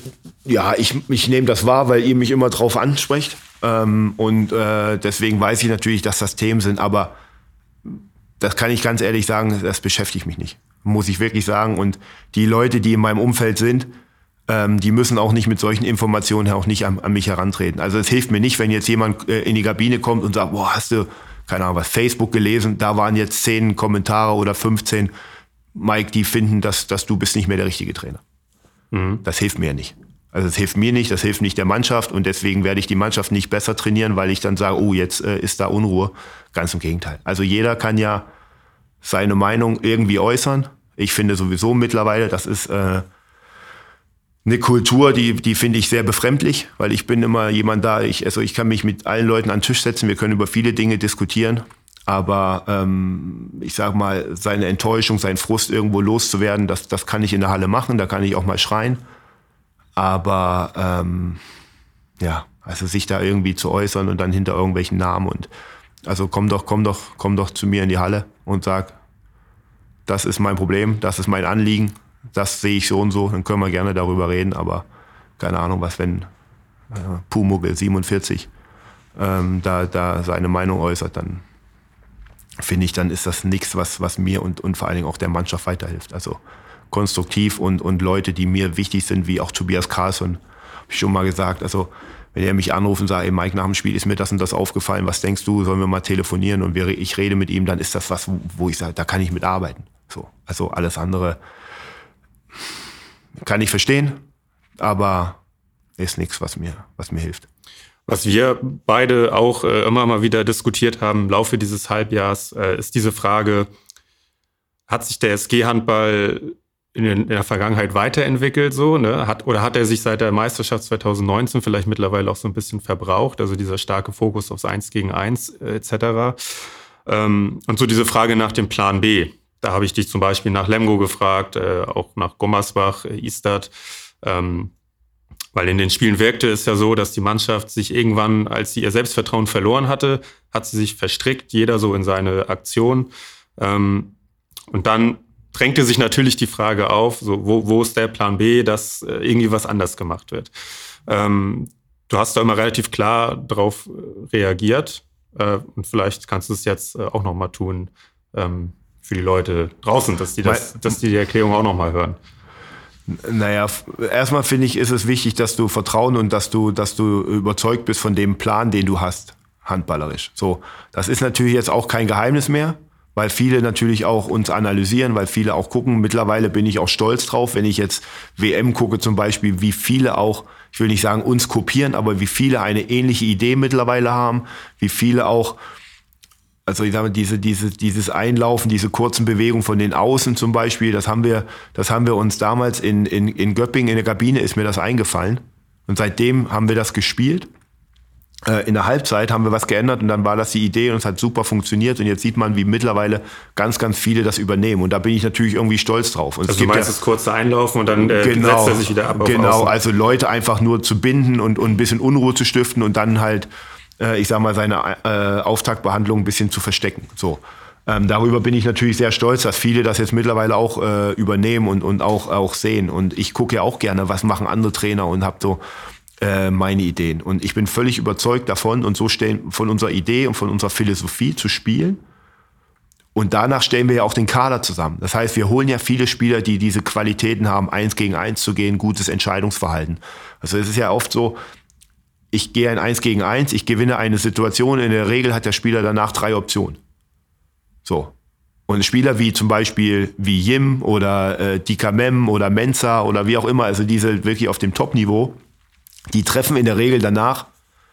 ich nehme das wahr, weil ihr mich immer drauf ansprecht. Und deswegen weiß ich natürlich, dass das Themen sind, aber das kann ich ganz ehrlich sagen, das beschäftigt mich nicht. Muss ich wirklich sagen. Und die Leute, die in meinem Umfeld sind, die müssen auch nicht mit solchen Informationen auch nicht an mich herantreten. Also es hilft mir nicht, wenn jetzt jemand in die Kabine kommt und sagt, boah, hast du, keine Ahnung, was, Facebook gelesen, da waren jetzt 10 Kommentare oder 15, Mike, die finden, dass du bist nicht mehr der richtige Trainer. Mhm. Das hilft mir nicht. Also es hilft mir nicht, das hilft nicht der Mannschaft und deswegen werde ich die Mannschaft nicht besser trainieren, weil ich dann sage, oh, jetzt ist da Unruhe. Ganz im Gegenteil. Also jeder kann ja seine Meinung irgendwie äußern. Ich finde sowieso mittlerweile, das ist eine Kultur, die finde ich sehr befremdlich, weil ich bin immer jemand da, ich kann mich mit allen Leuten an den Tisch setzen, wir können über viele Dinge diskutieren, aber ich sag mal, seine Enttäuschung, sein Frust irgendwo loszuwerden, das kann ich in der Halle machen, da kann ich auch mal schreien, aber also sich da irgendwie zu äußern und dann hinter irgendwelchen Namen und also komm doch zu mir in die Halle und sag, das ist mein Problem, das ist mein Anliegen, das sehe ich so und so, dann können wir gerne darüber reden, aber keine Ahnung, was wenn Pumuckl 47 da seine Meinung äußert, dann finde ich, dann ist das nichts, was mir und vor allen Dingen auch der Mannschaft weiterhilft. Also konstruktiv und Leute, die mir wichtig sind, wie auch Tobias Karlsson, habe ich schon mal gesagt, also wenn er mich anruft und sagt, ey Mike, nach dem Spiel ist mir das und das aufgefallen, was denkst du, sollen wir mal telefonieren und ich rede mit ihm, dann ist das was, wo ich sage, da kann ich mitarbeiten. So, also alles andere kann ich verstehen, aber ist nichts, was mir hilft. Was wir beide auch immer mal wieder diskutiert haben im Laufe dieses Halbjahrs, ist diese Frage, hat sich der SG-Handball in der Vergangenheit weiterentwickelt, so, ne? Hat er sich seit der Meisterschaft 2019 vielleicht mittlerweile auch so ein bisschen verbraucht, also dieser starke Fokus aufs 1 gegen 1 etc. Und so diese Frage nach dem Plan B. Da habe ich dich zum Beispiel nach Lemgo gefragt, auch nach Gummersbach, Istad, weil in den Spielen wirkte es ja so, dass die Mannschaft sich irgendwann, als sie ihr Selbstvertrauen verloren hatte, hat sie sich verstrickt, jeder so in seine Aktion. Und dann drängte sich natürlich die Frage auf, so, wo ist der Plan B, dass irgendwie was anders gemacht wird. Du hast da immer relativ klar drauf reagiert und vielleicht kannst du es jetzt auch nochmal tun für die Leute draußen, dass die Erklärung auch nochmal hören. Naja, erstmal finde ich, ist es wichtig, dass du Vertrauen und dass du überzeugt bist von dem Plan, den du hast, handballerisch. So, das ist natürlich jetzt auch kein Geheimnis mehr, weil viele natürlich auch uns analysieren, weil viele auch gucken. Mittlerweile bin ich auch stolz drauf, wenn ich jetzt WM gucke zum Beispiel, wie viele auch, ich will nicht sagen uns kopieren, aber wie viele eine ähnliche Idee mittlerweile haben, wie viele auch, also ich sage mal, dieses Einlaufen, diese kurzen Bewegungen von den Außen zum Beispiel, das haben wir uns damals in Göppingen in der Kabine ist mir das eingefallen. Und seitdem haben wir das gespielt. In der Halbzeit haben wir was geändert und dann war das die Idee und es hat super funktioniert und jetzt sieht man, wie mittlerweile ganz, ganz viele das übernehmen und da bin ich natürlich irgendwie stolz drauf. Und also du meinst das kurze Einlaufen und dann setzt er sich wieder ab auf Genau, Außen. Also Leute einfach nur zu binden und ein bisschen Unruhe zu stiften und dann halt, ich sag mal, seine Auftaktbehandlung ein bisschen zu verstecken. So. Darüber bin ich natürlich sehr stolz, dass viele das jetzt mittlerweile auch übernehmen und auch sehen und ich gucke ja auch gerne, was machen andere Trainer und habe so meine Ideen. Und ich bin völlig überzeugt davon und so von unserer Idee und von unserer Philosophie zu spielen. Und danach stellen wir ja auch den Kader zusammen. Das heißt, wir holen ja viele Spieler, die diese Qualitäten haben, 1 gegen 1 zu gehen, gutes Entscheidungsverhalten. Also es ist ja oft so, ich gehe ein 1 gegen 1, ich gewinne eine Situation, in der Regel hat der Spieler danach 3 Optionen. So. Und Spieler wie zum Beispiel wie Jim oder Dikamem oder Mensa oder wie auch immer, also diese wirklich auf dem Top-Niveau, die treffen in der Regel danach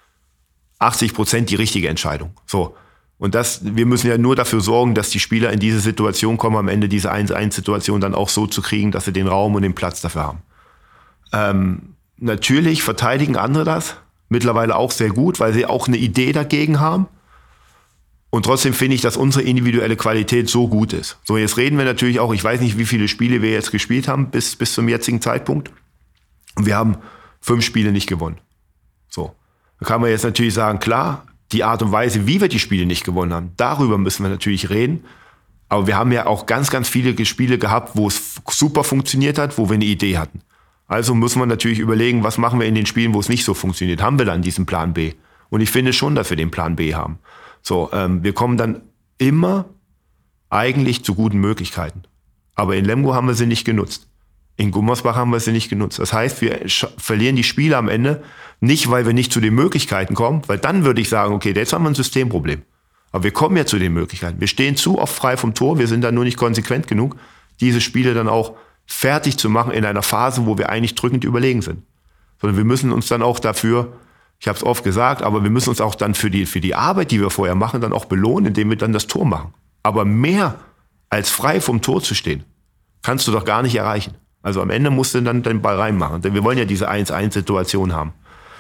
80% die richtige Entscheidung. So. Und wir müssen ja nur dafür sorgen, dass die Spieler in diese Situation kommen, am Ende diese 1-1-Situation dann auch so zu kriegen, dass sie den Raum und den Platz dafür haben. Natürlich verteidigen andere das mittlerweile auch sehr gut, weil sie auch eine Idee dagegen haben. Und trotzdem finde ich, dass unsere individuelle Qualität so gut ist. So, jetzt reden wir natürlich auch, ich weiß nicht, wie viele Spiele wir jetzt gespielt haben bis zum jetzigen Zeitpunkt. Und wir haben 5 Spiele nicht gewonnen. So. Da kann man jetzt natürlich sagen, klar, die Art und Weise, wie wir die Spiele nicht gewonnen haben, darüber müssen wir natürlich reden. Aber wir haben ja auch ganz, ganz viele Spiele gehabt, wo es super funktioniert hat, wo wir eine Idee hatten. Also müssen wir natürlich überlegen, was machen wir in den Spielen, wo es nicht so funktioniert. Haben wir dann diesen Plan B? Und ich finde schon, dass wir den Plan B haben. So, wir kommen dann immer eigentlich zu guten Möglichkeiten. Aber in Lemgo haben wir sie nicht genutzt. In Gummersbach haben wir sie nicht genutzt. Das heißt, wir verlieren die Spiele am Ende nicht, weil wir nicht zu den Möglichkeiten kommen, weil dann würde ich sagen, okay, jetzt haben wir ein Systemproblem. Aber wir kommen ja zu den Möglichkeiten. Wir stehen zu oft frei vom Tor, wir sind dann nur nicht konsequent genug, diese Spiele dann auch fertig zu machen in einer Phase, wo wir eigentlich drückend überlegen sind. Sondern wir müssen uns dann auch dafür, ich habe es oft gesagt, aber wir müssen uns auch dann für die Arbeit, die wir vorher machen, dann auch belohnen, indem wir dann das Tor machen. Aber mehr als frei vom Tor zu stehen, kannst du doch gar nicht erreichen. Also am Ende musst du dann den Ball reinmachen, denn wir wollen ja diese 1-1-Situation haben.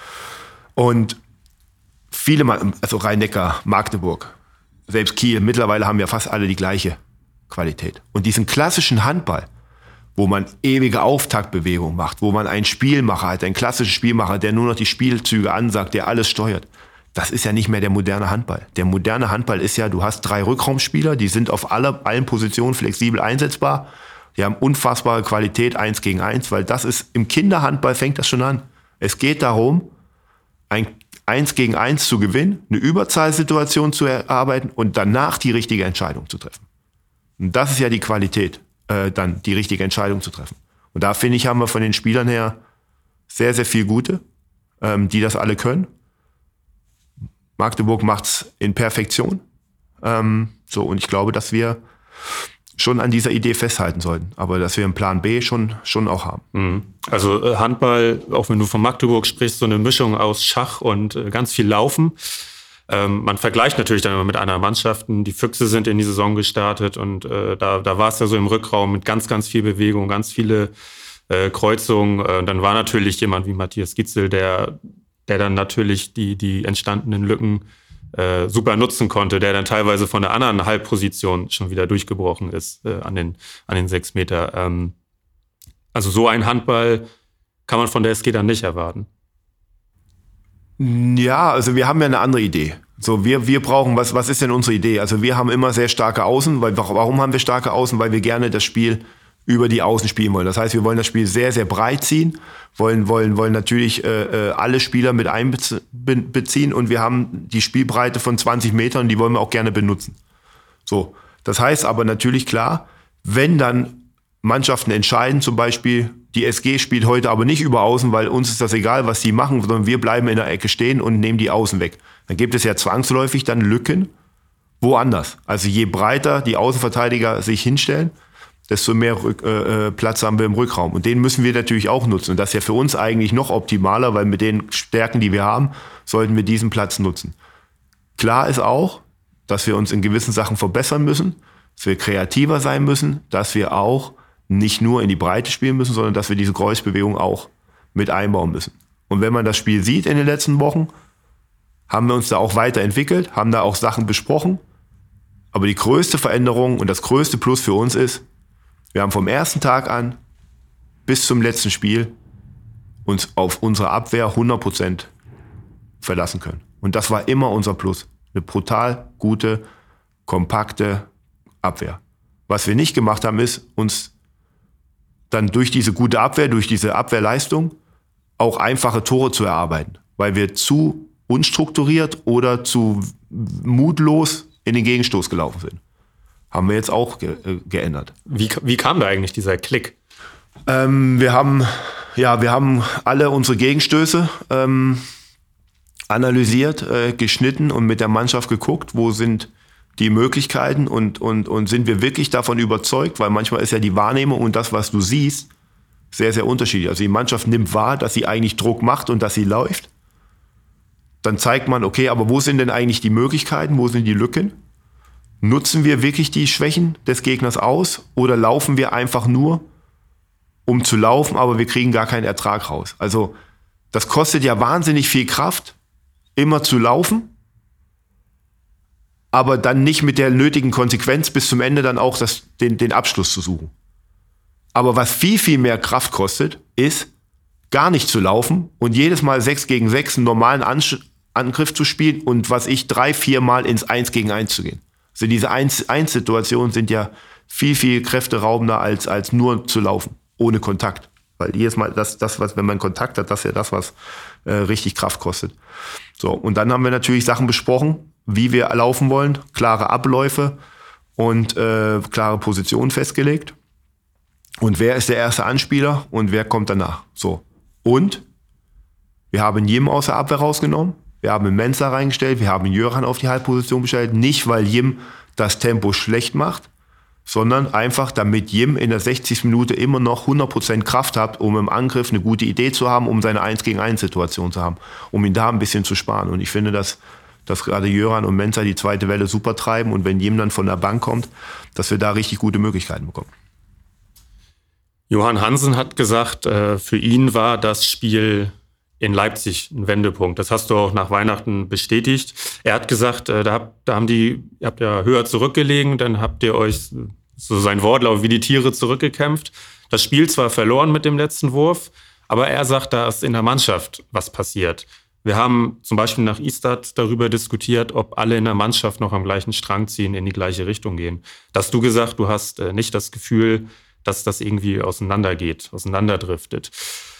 Und viele, also Rhein-Neckar, Magdeburg, selbst Kiel, mittlerweile haben ja fast alle die gleiche Qualität. Und diesen klassischen Handball, wo man ewige Auftaktbewegung macht, wo man einen Spielmacher hat, einen klassischen Spielmacher, der nur noch die Spielzüge ansagt, der alles steuert, Das ist ja nicht mehr der moderne Handball. Der moderne Handball ist ja, du hast 3 Rückraumspieler, die sind auf allen Positionen flexibel einsetzbar. Die haben unfassbare Qualität 1 gegen 1, weil das ist, im Kinderhandball fängt das schon an. Es geht darum, ein 1 gegen 1 zu gewinnen, eine Überzahlsituation zu erarbeiten und danach die richtige Entscheidung zu treffen. Und das ist ja die Qualität, dann die richtige Entscheidung zu treffen. Und da finde ich, haben wir von den Spielern her sehr, sehr viel Gute, die das alle können. Magdeburg macht's in Perfektion. Und ich glaube, dass wir schon an dieser Idee festhalten sollten, aber dass wir einen Plan B schon auch haben. Also Handball, auch wenn du von Magdeburg sprichst, so eine Mischung aus Schach und ganz viel Laufen. Man vergleicht natürlich dann immer mit anderen Mannschaften. Die Füchse sind in die Saison gestartet und da war es ja so im Rückraum mit ganz, ganz viel Bewegung, ganz viele Kreuzungen. Dann war natürlich jemand wie Matthias Gitzel, der dann natürlich die entstandenen Lücken super nutzen konnte, der dann teilweise von der anderen Halbposition schon wieder durchgebrochen ist an den 6 Meter. Also so ein Handball kann man von der SG dann nicht erwarten. Ja, also wir haben ja eine andere Idee. So, wir brauchen, was ist denn unsere Idee? Also wir haben immer sehr starke Außen. Warum haben wir starke Außen? Weil wir gerne das Spiel über die Außen spielen wollen. Das heißt, wir wollen das Spiel sehr, sehr breit ziehen, wollen natürlich alle Spieler mit einbeziehen und wir haben die Spielbreite von 20 Metern und die wollen wir auch gerne benutzen. So, das heißt aber natürlich klar, wenn dann Mannschaften entscheiden, zum Beispiel die SG spielt heute aber nicht über Außen, weil uns ist das egal, was die machen, sondern wir bleiben in der Ecke stehen und nehmen die Außen weg. Dann gibt es ja zwangsläufig dann Lücken woanders. Also je breiter die Außenverteidiger sich hinstellen, desto mehr Platz haben wir im Rückraum. Und den müssen wir natürlich auch nutzen. Und das ist ja für uns eigentlich noch optimaler, weil mit den Stärken, die wir haben, sollten wir diesen Platz nutzen. Klar ist auch, dass wir uns in gewissen Sachen verbessern müssen, dass wir kreativer sein müssen, dass wir auch nicht nur in die Breite spielen müssen, sondern dass wir diese Kreuzbewegung auch mit einbauen müssen. Und wenn man das Spiel sieht in den letzten Wochen, haben wir uns da auch weiterentwickelt, haben da auch Sachen besprochen. Aber die größte Veränderung und das größte Plus für uns ist, wir haben vom ersten Tag an bis zum letzten Spiel uns auf unsere Abwehr 100% verlassen können. Und das war immer unser Plus. Eine brutal gute, kompakte Abwehr. Was wir nicht gemacht haben, ist, uns dann durch diese gute Abwehr, durch diese Abwehrleistung auch einfache Tore zu erarbeiten. Weil wir zu unstrukturiert oder zu mutlos in den Gegenstoß gelaufen sind. Haben wir jetzt auch geändert. Wie kam da eigentlich dieser Klick? Wir haben alle unsere Gegenstöße analysiert, geschnitten und mit der Mannschaft geguckt, wo sind die Möglichkeiten und sind wir wirklich davon überzeugt, weil manchmal ist ja die Wahrnehmung und das, was du siehst, sehr, sehr unterschiedlich. Also die Mannschaft nimmt wahr, dass sie eigentlich Druck macht und dass sie läuft. Dann zeigt man, okay, aber wo sind denn eigentlich die Möglichkeiten, wo sind die Lücken? Nutzen wir wirklich die Schwächen des Gegners aus oder laufen wir einfach nur, um zu laufen, aber wir kriegen gar keinen Ertrag raus? Also das kostet ja wahnsinnig viel Kraft, immer zu laufen, aber dann nicht mit der nötigen Konsequenz bis zum Ende dann auch den Abschluss zu suchen. Aber was viel, viel mehr Kraft kostet, ist, gar nicht zu laufen und jedes Mal 6 gegen 6 einen normalen Angriff zu spielen und 3-4 Mal ins 1 gegen 1 zu gehen. Also diese 1-1-Situationen sind ja viel, viel kräfteraubender als nur zu laufen, ohne Kontakt. Weil jedes Mal, wenn man Kontakt hat, das ist ja das, was richtig Kraft kostet. So, und dann haben wir natürlich Sachen besprochen, wie wir laufen wollen, klare Abläufe und klare Positionen festgelegt. Und wer ist der erste Anspieler und wer kommt danach? So. Und wir haben Jim aus der Abwehr rausgenommen. Wir haben Mensah reingestellt, wir haben Jöran auf die Halbposition gestellt. Nicht, weil Jim das Tempo schlecht macht, sondern einfach, damit Jim in der 60. Minute immer noch 100% Kraft hat, um im Angriff eine gute Idee zu haben, um seine 1-gegen-1-Situation zu haben, um ihn da ein bisschen zu sparen. Und ich finde, dass gerade Jöran und Mensah die zweite Welle super treiben und wenn Jim dann von der Bank kommt, dass wir da richtig gute Möglichkeiten bekommen. Johann Hansen hat gesagt, für ihn war das Spiel in Leipzig ein Wendepunkt. Das hast du auch nach Weihnachten bestätigt. Er hat gesagt, ihr habt ja höher zurückgelegen, dann habt ihr euch, so sein Wortlaut, wie die Tiere zurückgekämpft. Das Spiel zwar verloren mit dem letzten Wurf, aber er sagt, da ist in der Mannschaft was passiert. Wir haben zum Beispiel nach Istad darüber diskutiert, ob alle in der Mannschaft noch am gleichen Strang ziehen, in die gleiche Richtung gehen. Da hast du gesagt, du hast nicht das Gefühl, dass das irgendwie auseinanderdriftet.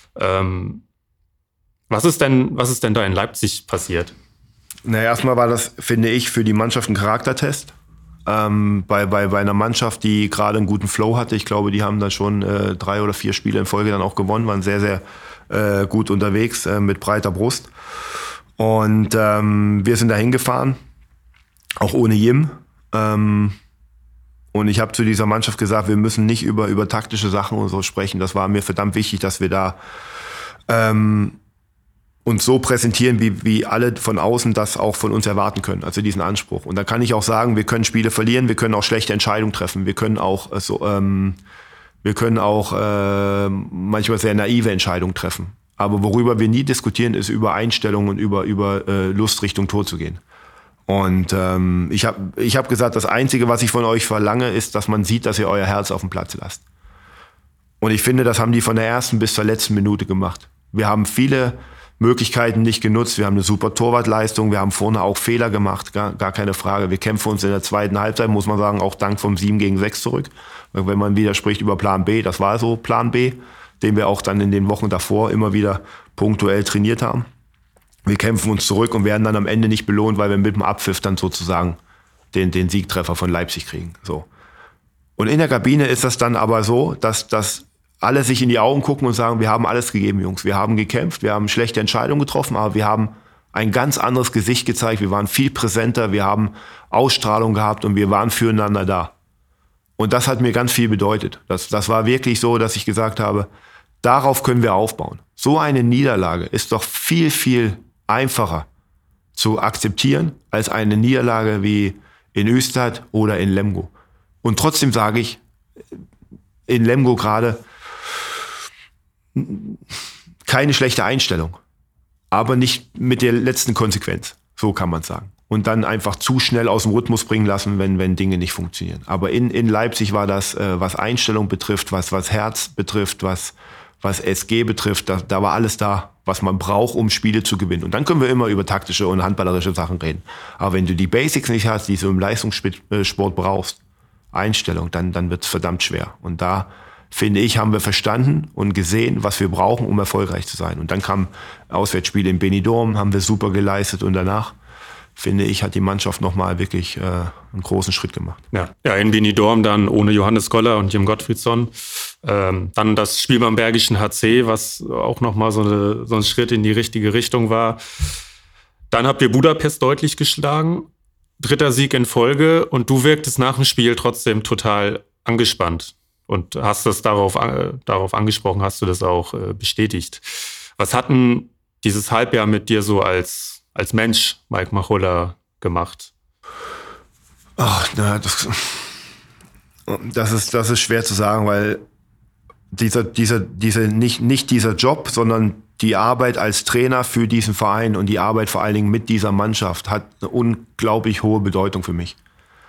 Was ist denn da in Leipzig passiert? Na, erstmal war das, finde ich, für die Mannschaft ein Charaktertest. Bei einer Mannschaft, die gerade einen guten Flow hatte. Ich glaube, die haben dann schon 3 oder 4 Spiele in Folge dann auch gewonnen, waren sehr, sehr gut unterwegs mit breiter Brust. Und wir sind da hingefahren, auch ohne Jim. Und ich habe zu dieser Mannschaft gesagt, wir müssen nicht über taktische Sachen und so sprechen. Das war mir verdammt wichtig, dass wir da uns so präsentieren, wie alle von außen das auch von uns erwarten können, also diesen Anspruch. Und da kann ich auch sagen, wir können Spiele verlieren, wir können auch schlechte Entscheidungen treffen, wir können auch manchmal sehr naive Entscheidungen treffen. Aber worüber wir nie diskutieren, ist über Einstellungen und über Lust Richtung Tor zu gehen. Und ich hab gesagt, das Einzige, was ich von euch verlange, ist, dass man sieht, dass ihr euer Herz auf dem Platz lasst. Und ich finde, das haben die von der ersten bis zur letzten Minute gemacht. Wir haben viele Möglichkeiten nicht genutzt. Wir haben eine super Torwartleistung. Wir haben vorne auch Fehler gemacht, gar keine Frage. Wir kämpfen uns in der zweiten Halbzeit, muss man sagen, auch dank vom 7-6 zurück. Wenn man wieder spricht über Plan B, das war so Plan B, den wir auch dann in den Wochen davor immer wieder punktuell trainiert haben. Wir kämpfen uns zurück und werden dann am Ende nicht belohnt, weil wir mit dem Abpfiff dann sozusagen den Siegtreffer von Leipzig kriegen. So. Und in der Kabine ist das dann aber so, dass alle sich in die Augen gucken und sagen, wir haben alles gegeben, Jungs. Wir haben gekämpft, wir haben schlechte Entscheidungen getroffen, aber wir haben ein ganz anderes Gesicht gezeigt. Wir waren viel präsenter, wir haben Ausstrahlung gehabt und wir waren füreinander da. Und das hat mir ganz viel bedeutet. Das war wirklich so, dass ich gesagt habe, darauf können wir aufbauen. So eine Niederlage ist doch viel, viel einfacher zu akzeptieren als eine Niederlage wie in Ystad oder in Lemgo. Und trotzdem sage ich, in Lemgo gerade, keine schlechte Einstellung, aber nicht mit der letzten Konsequenz. So kann man sagen. Und dann einfach zu schnell aus dem Rhythmus bringen lassen, wenn Dinge nicht funktionieren. Aber in Leipzig war das, was Einstellung betrifft, was Herz betrifft, was SG betrifft, da war alles da, was man braucht, um Spiele zu gewinnen. Und dann können wir immer über taktische und handballerische Sachen reden. Aber wenn du die Basics nicht hast, die du im Leistungssport brauchst, Einstellung, dann wird es verdammt schwer. Und da, finde ich, haben wir verstanden und gesehen, was wir brauchen, um erfolgreich zu sein. Und dann kam Auswärtsspiele in Benidorm, haben wir super geleistet. Und danach, finde ich, hat die Mannschaft nochmal wirklich einen großen Schritt gemacht. Ja, in Benidorm dann ohne Johannes Goller und Jim Gottfriedson. Dann das Spiel beim Bergischen HC, was auch nochmal so ein Schritt in die richtige Richtung war. Dann habt ihr Budapest deutlich geschlagen. 3. Sieg in Folge und du wirktest nach dem Spiel trotzdem total angespannt. Und hast das darauf angesprochen, hast du das auch bestätigt. Was hat denn dieses Halbjahr mit dir so als Mensch, Mike Machulla, gemacht? Ach, na, das ist schwer zu sagen, weil nicht dieser Job, sondern die Arbeit als Trainer für diesen Verein und die Arbeit vor allen Dingen mit dieser Mannschaft hat eine unglaublich hohe Bedeutung für mich.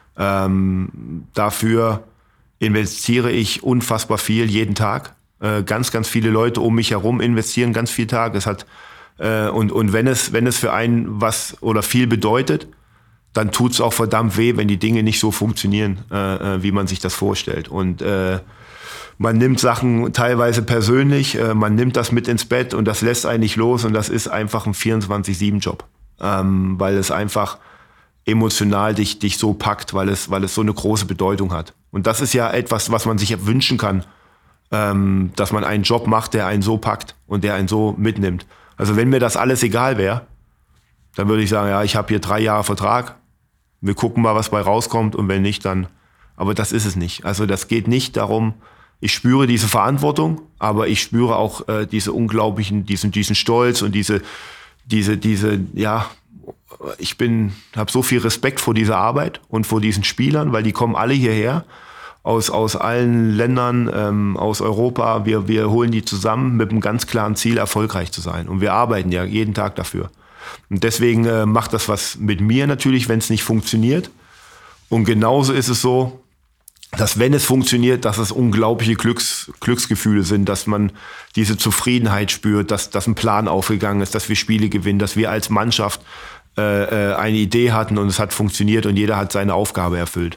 Dafür investiere ich unfassbar viel jeden Tag. Ganz, ganz viele Leute um mich herum investieren ganz viel Tag. Und wenn es für einen was oder viel bedeutet, dann tut es auch verdammt weh, wenn die Dinge nicht so funktionieren, wie man sich das vorstellt. Und man nimmt Sachen teilweise persönlich, man nimmt das mit ins Bett und das lässt einen nicht los. Und das ist einfach ein 24/7-Job, weil es einfach emotional dich so packt, weil es so eine große Bedeutung hat. Und das ist ja etwas, was man sich wünschen kann, dass man einen Job macht, der einen so packt und der einen so mitnimmt. Also wenn mir das alles egal wäre, dann würde ich sagen, ja, ich habe hier 3 Jahre Vertrag, wir gucken mal, was bei rauskommt und wenn nicht, dann, aber das ist es nicht. Also das geht nicht darum, ich spüre diese Verantwortung, aber ich spüre auch diese unglaublichen, diesen Stolz und diese, ja, habe so viel Respekt vor dieser Arbeit und vor diesen Spielern, weil die kommen alle hierher aus allen Ländern, aus Europa. Wir holen die zusammen mit einem ganz klaren Ziel, erfolgreich zu sein. Und wir arbeiten ja jeden Tag dafür. Und deswegen macht das was mit mir natürlich, wenn es nicht funktioniert. Und genauso ist es so, dass wenn es funktioniert, dass es unglaubliche Glücksgefühle sind, dass man diese Zufriedenheit spürt, dass ein Plan aufgegangen ist, dass wir Spiele gewinnen, dass wir als Mannschaft eine Idee hatten und es hat funktioniert und jeder hat seine Aufgabe erfüllt.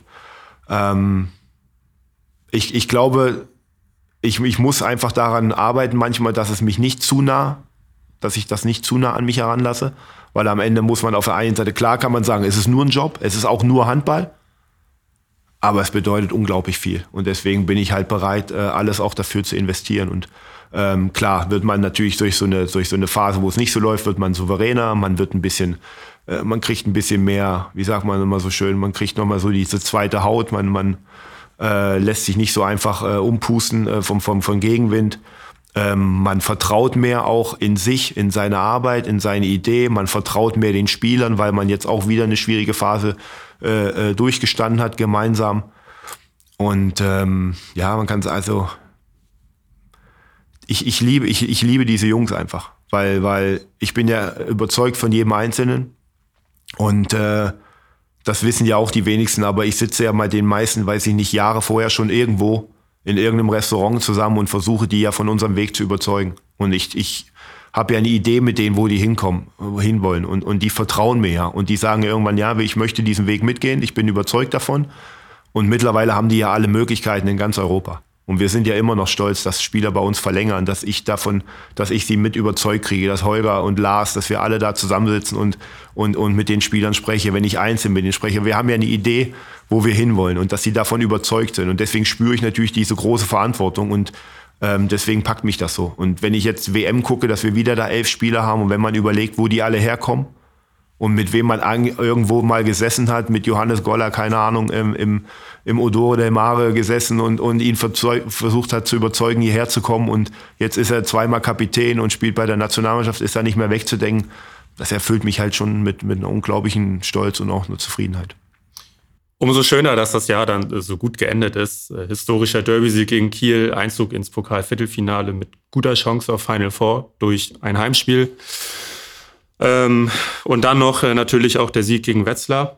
Ich glaube, ich muss einfach daran arbeiten manchmal, dass ich das nicht zu nah an mich heranlasse, weil am Ende muss man auf der einen Seite, klar kann man sagen, es ist nur ein Job, es ist auch nur Handball, aber es bedeutet unglaublich viel und deswegen bin ich halt bereit, alles auch dafür zu investieren und klar wird man natürlich durch so eine Phase, wo es nicht so läuft, wird man souveräner, man kriegt ein bisschen mehr, wie sagt man immer so schön, man kriegt nochmal so diese zweite Haut, man lässt sich nicht so einfach umpusten vom Gegenwind. Man vertraut mehr auch in sich, in seine Arbeit, in seine Idee. Man vertraut mehr den Spielern, weil man jetzt auch wieder eine schwierige Phase durchgestanden hat gemeinsam. Und man kann es also, ich liebe diese Jungs einfach, weil ich bin ja überzeugt von jedem Einzelnen und das wissen ja auch die wenigsten, aber ich sitze ja mit den meisten, weiß ich nicht, Jahre vorher schon irgendwo in irgendeinem Restaurant zusammen und versuche die ja von unserem Weg zu überzeugen. Und ich habe ja eine Idee mit denen, wo die hinwollen. Und die vertrauen mir ja. Und die sagen irgendwann, ja, ich möchte diesen Weg mitgehen, ich bin überzeugt davon. Und mittlerweile haben die ja alle Möglichkeiten in ganz Europa. Und wir sind ja immer noch stolz, dass Spieler bei uns verlängern, dass ich sie mit überzeugt kriege, dass Holger und Lars, dass wir alle da zusammensitzen und mit den Spielern spreche, wenn ich einzeln mit denen spreche. Wir haben ja eine Idee, wo wir hinwollen und dass sie davon überzeugt sind. Und deswegen spüre ich natürlich diese große Verantwortung und deswegen packt mich das so. Und wenn ich jetzt WM gucke, dass wir wieder da 11 Spieler haben und wenn man überlegt, wo die alle herkommen, und mit wem man irgendwo mal gesessen hat, mit Johannes Goller, keine Ahnung, im Odore del Mare gesessen und ihn versucht hat zu überzeugen, hierher zu kommen. Und jetzt ist er zweimal Kapitän und spielt bei der Nationalmannschaft, ist da nicht mehr wegzudenken. Das erfüllt mich halt schon mit einem unglaublichen Stolz und auch einer Zufriedenheit. Umso schöner, dass das Jahr dann so gut geendet ist. Historischer Derby-Sieg gegen Kiel, Einzug ins Pokal-Viertelfinale mit guter Chance auf Final Four durch ein Heimspiel. Und dann noch natürlich auch der Sieg gegen Wetzlar.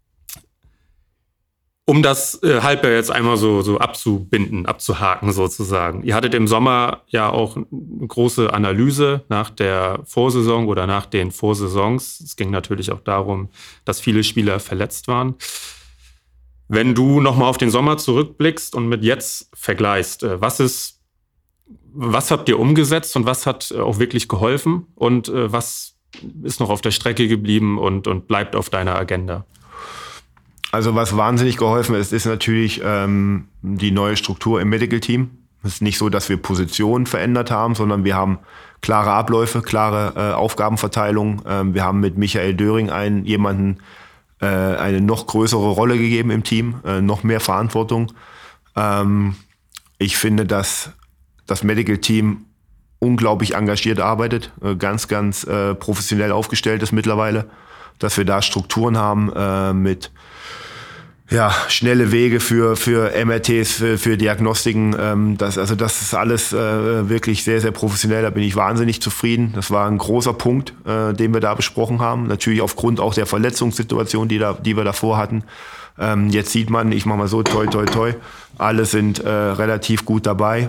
Um das Halbjahr jetzt einmal so abzubinden, abzuhaken sozusagen. Ihr hattet im Sommer ja auch eine große Analyse nach der Vorsaison oder nach den Vorsaisons. Es ging natürlich auch darum, dass viele Spieler verletzt waren. Wenn du nochmal auf den Sommer zurückblickst und mit jetzt vergleichst, was habt ihr umgesetzt und was hat auch wirklich geholfen und was ist noch auf der Strecke geblieben und bleibt auf deiner Agenda? Also was wahnsinnig geholfen ist natürlich die neue Struktur im Medical Team. Es ist nicht so, dass wir Positionen verändert haben, sondern wir haben klare Abläufe, klare Aufgabenverteilung. Wir haben mit Michael Döring jemanden eine noch größere Rolle gegeben im Team, noch mehr Verantwortung. Ich finde, dass das Medical Team unglaublich engagiert arbeitet, ganz professionell aufgestellt ist mittlerweile, dass wir da Strukturen haben mit schnelle Wege für MRTs, für Diagnostiken. Das ist alles wirklich sehr, sehr professionell. Da bin ich wahnsinnig zufrieden. Das war ein großer Punkt, den wir da besprochen haben. Natürlich aufgrund auch der Verletzungssituation, die wir davor hatten. Jetzt sieht man, ich mache mal so, toi, toi, toi, alle sind relativ gut dabei.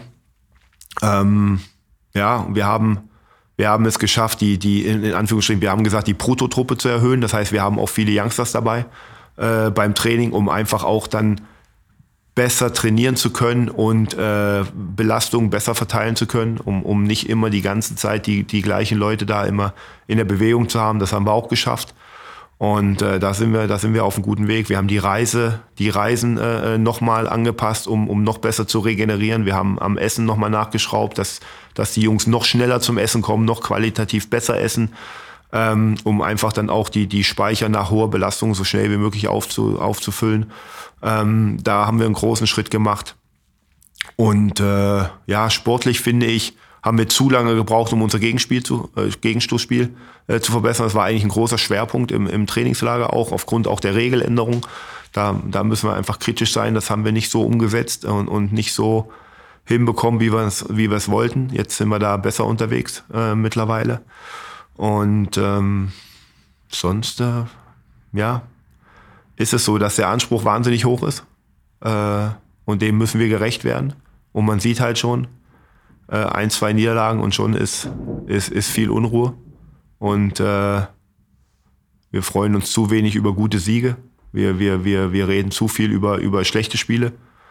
Wir haben es geschafft, die in Anführungsstrichen, wir haben gesagt, die Proto-Truppe zu erhöhen. Das heißt, wir haben auch viele Youngsters dabei beim Training, um einfach auch dann besser trainieren zu können und Belastungen besser verteilen zu können, um nicht immer die ganze Zeit die gleichen Leute da immer in der Bewegung zu haben. Das haben wir auch geschafft. Und da sind wir auf einem guten Weg. Wir haben die Reisen nochmal angepasst, um noch besser zu regenerieren. Wir haben am Essen nochmal nachgeschraubt, dass die Jungs noch schneller zum Essen kommen, noch qualitativ besser essen, um einfach dann auch die Speicher nach hoher Belastung so schnell wie möglich aufzufüllen. Da haben wir einen großen Schritt gemacht. Und sportlich finde ich, haben wir zu lange gebraucht, um unser Gegenstoßspiel zu verbessern. Das war eigentlich ein großer Schwerpunkt im Trainingslager, auch aufgrund auch der Regeländerung. Da müssen wir einfach kritisch sein. Das haben wir nicht so umgesetzt und nicht so hinbekommen, wie wir es wollten. Jetzt sind wir da besser unterwegs mittlerweile. Und sonst ist es so, dass der Anspruch wahnsinnig hoch ist. und dem müssen wir gerecht werden. Und man sieht halt schon, 1, 2 Niederlagen und schon ist viel Unruhe. Und wir freuen uns zu wenig über gute Siege. Wir reden zu viel über schlechte Spiele.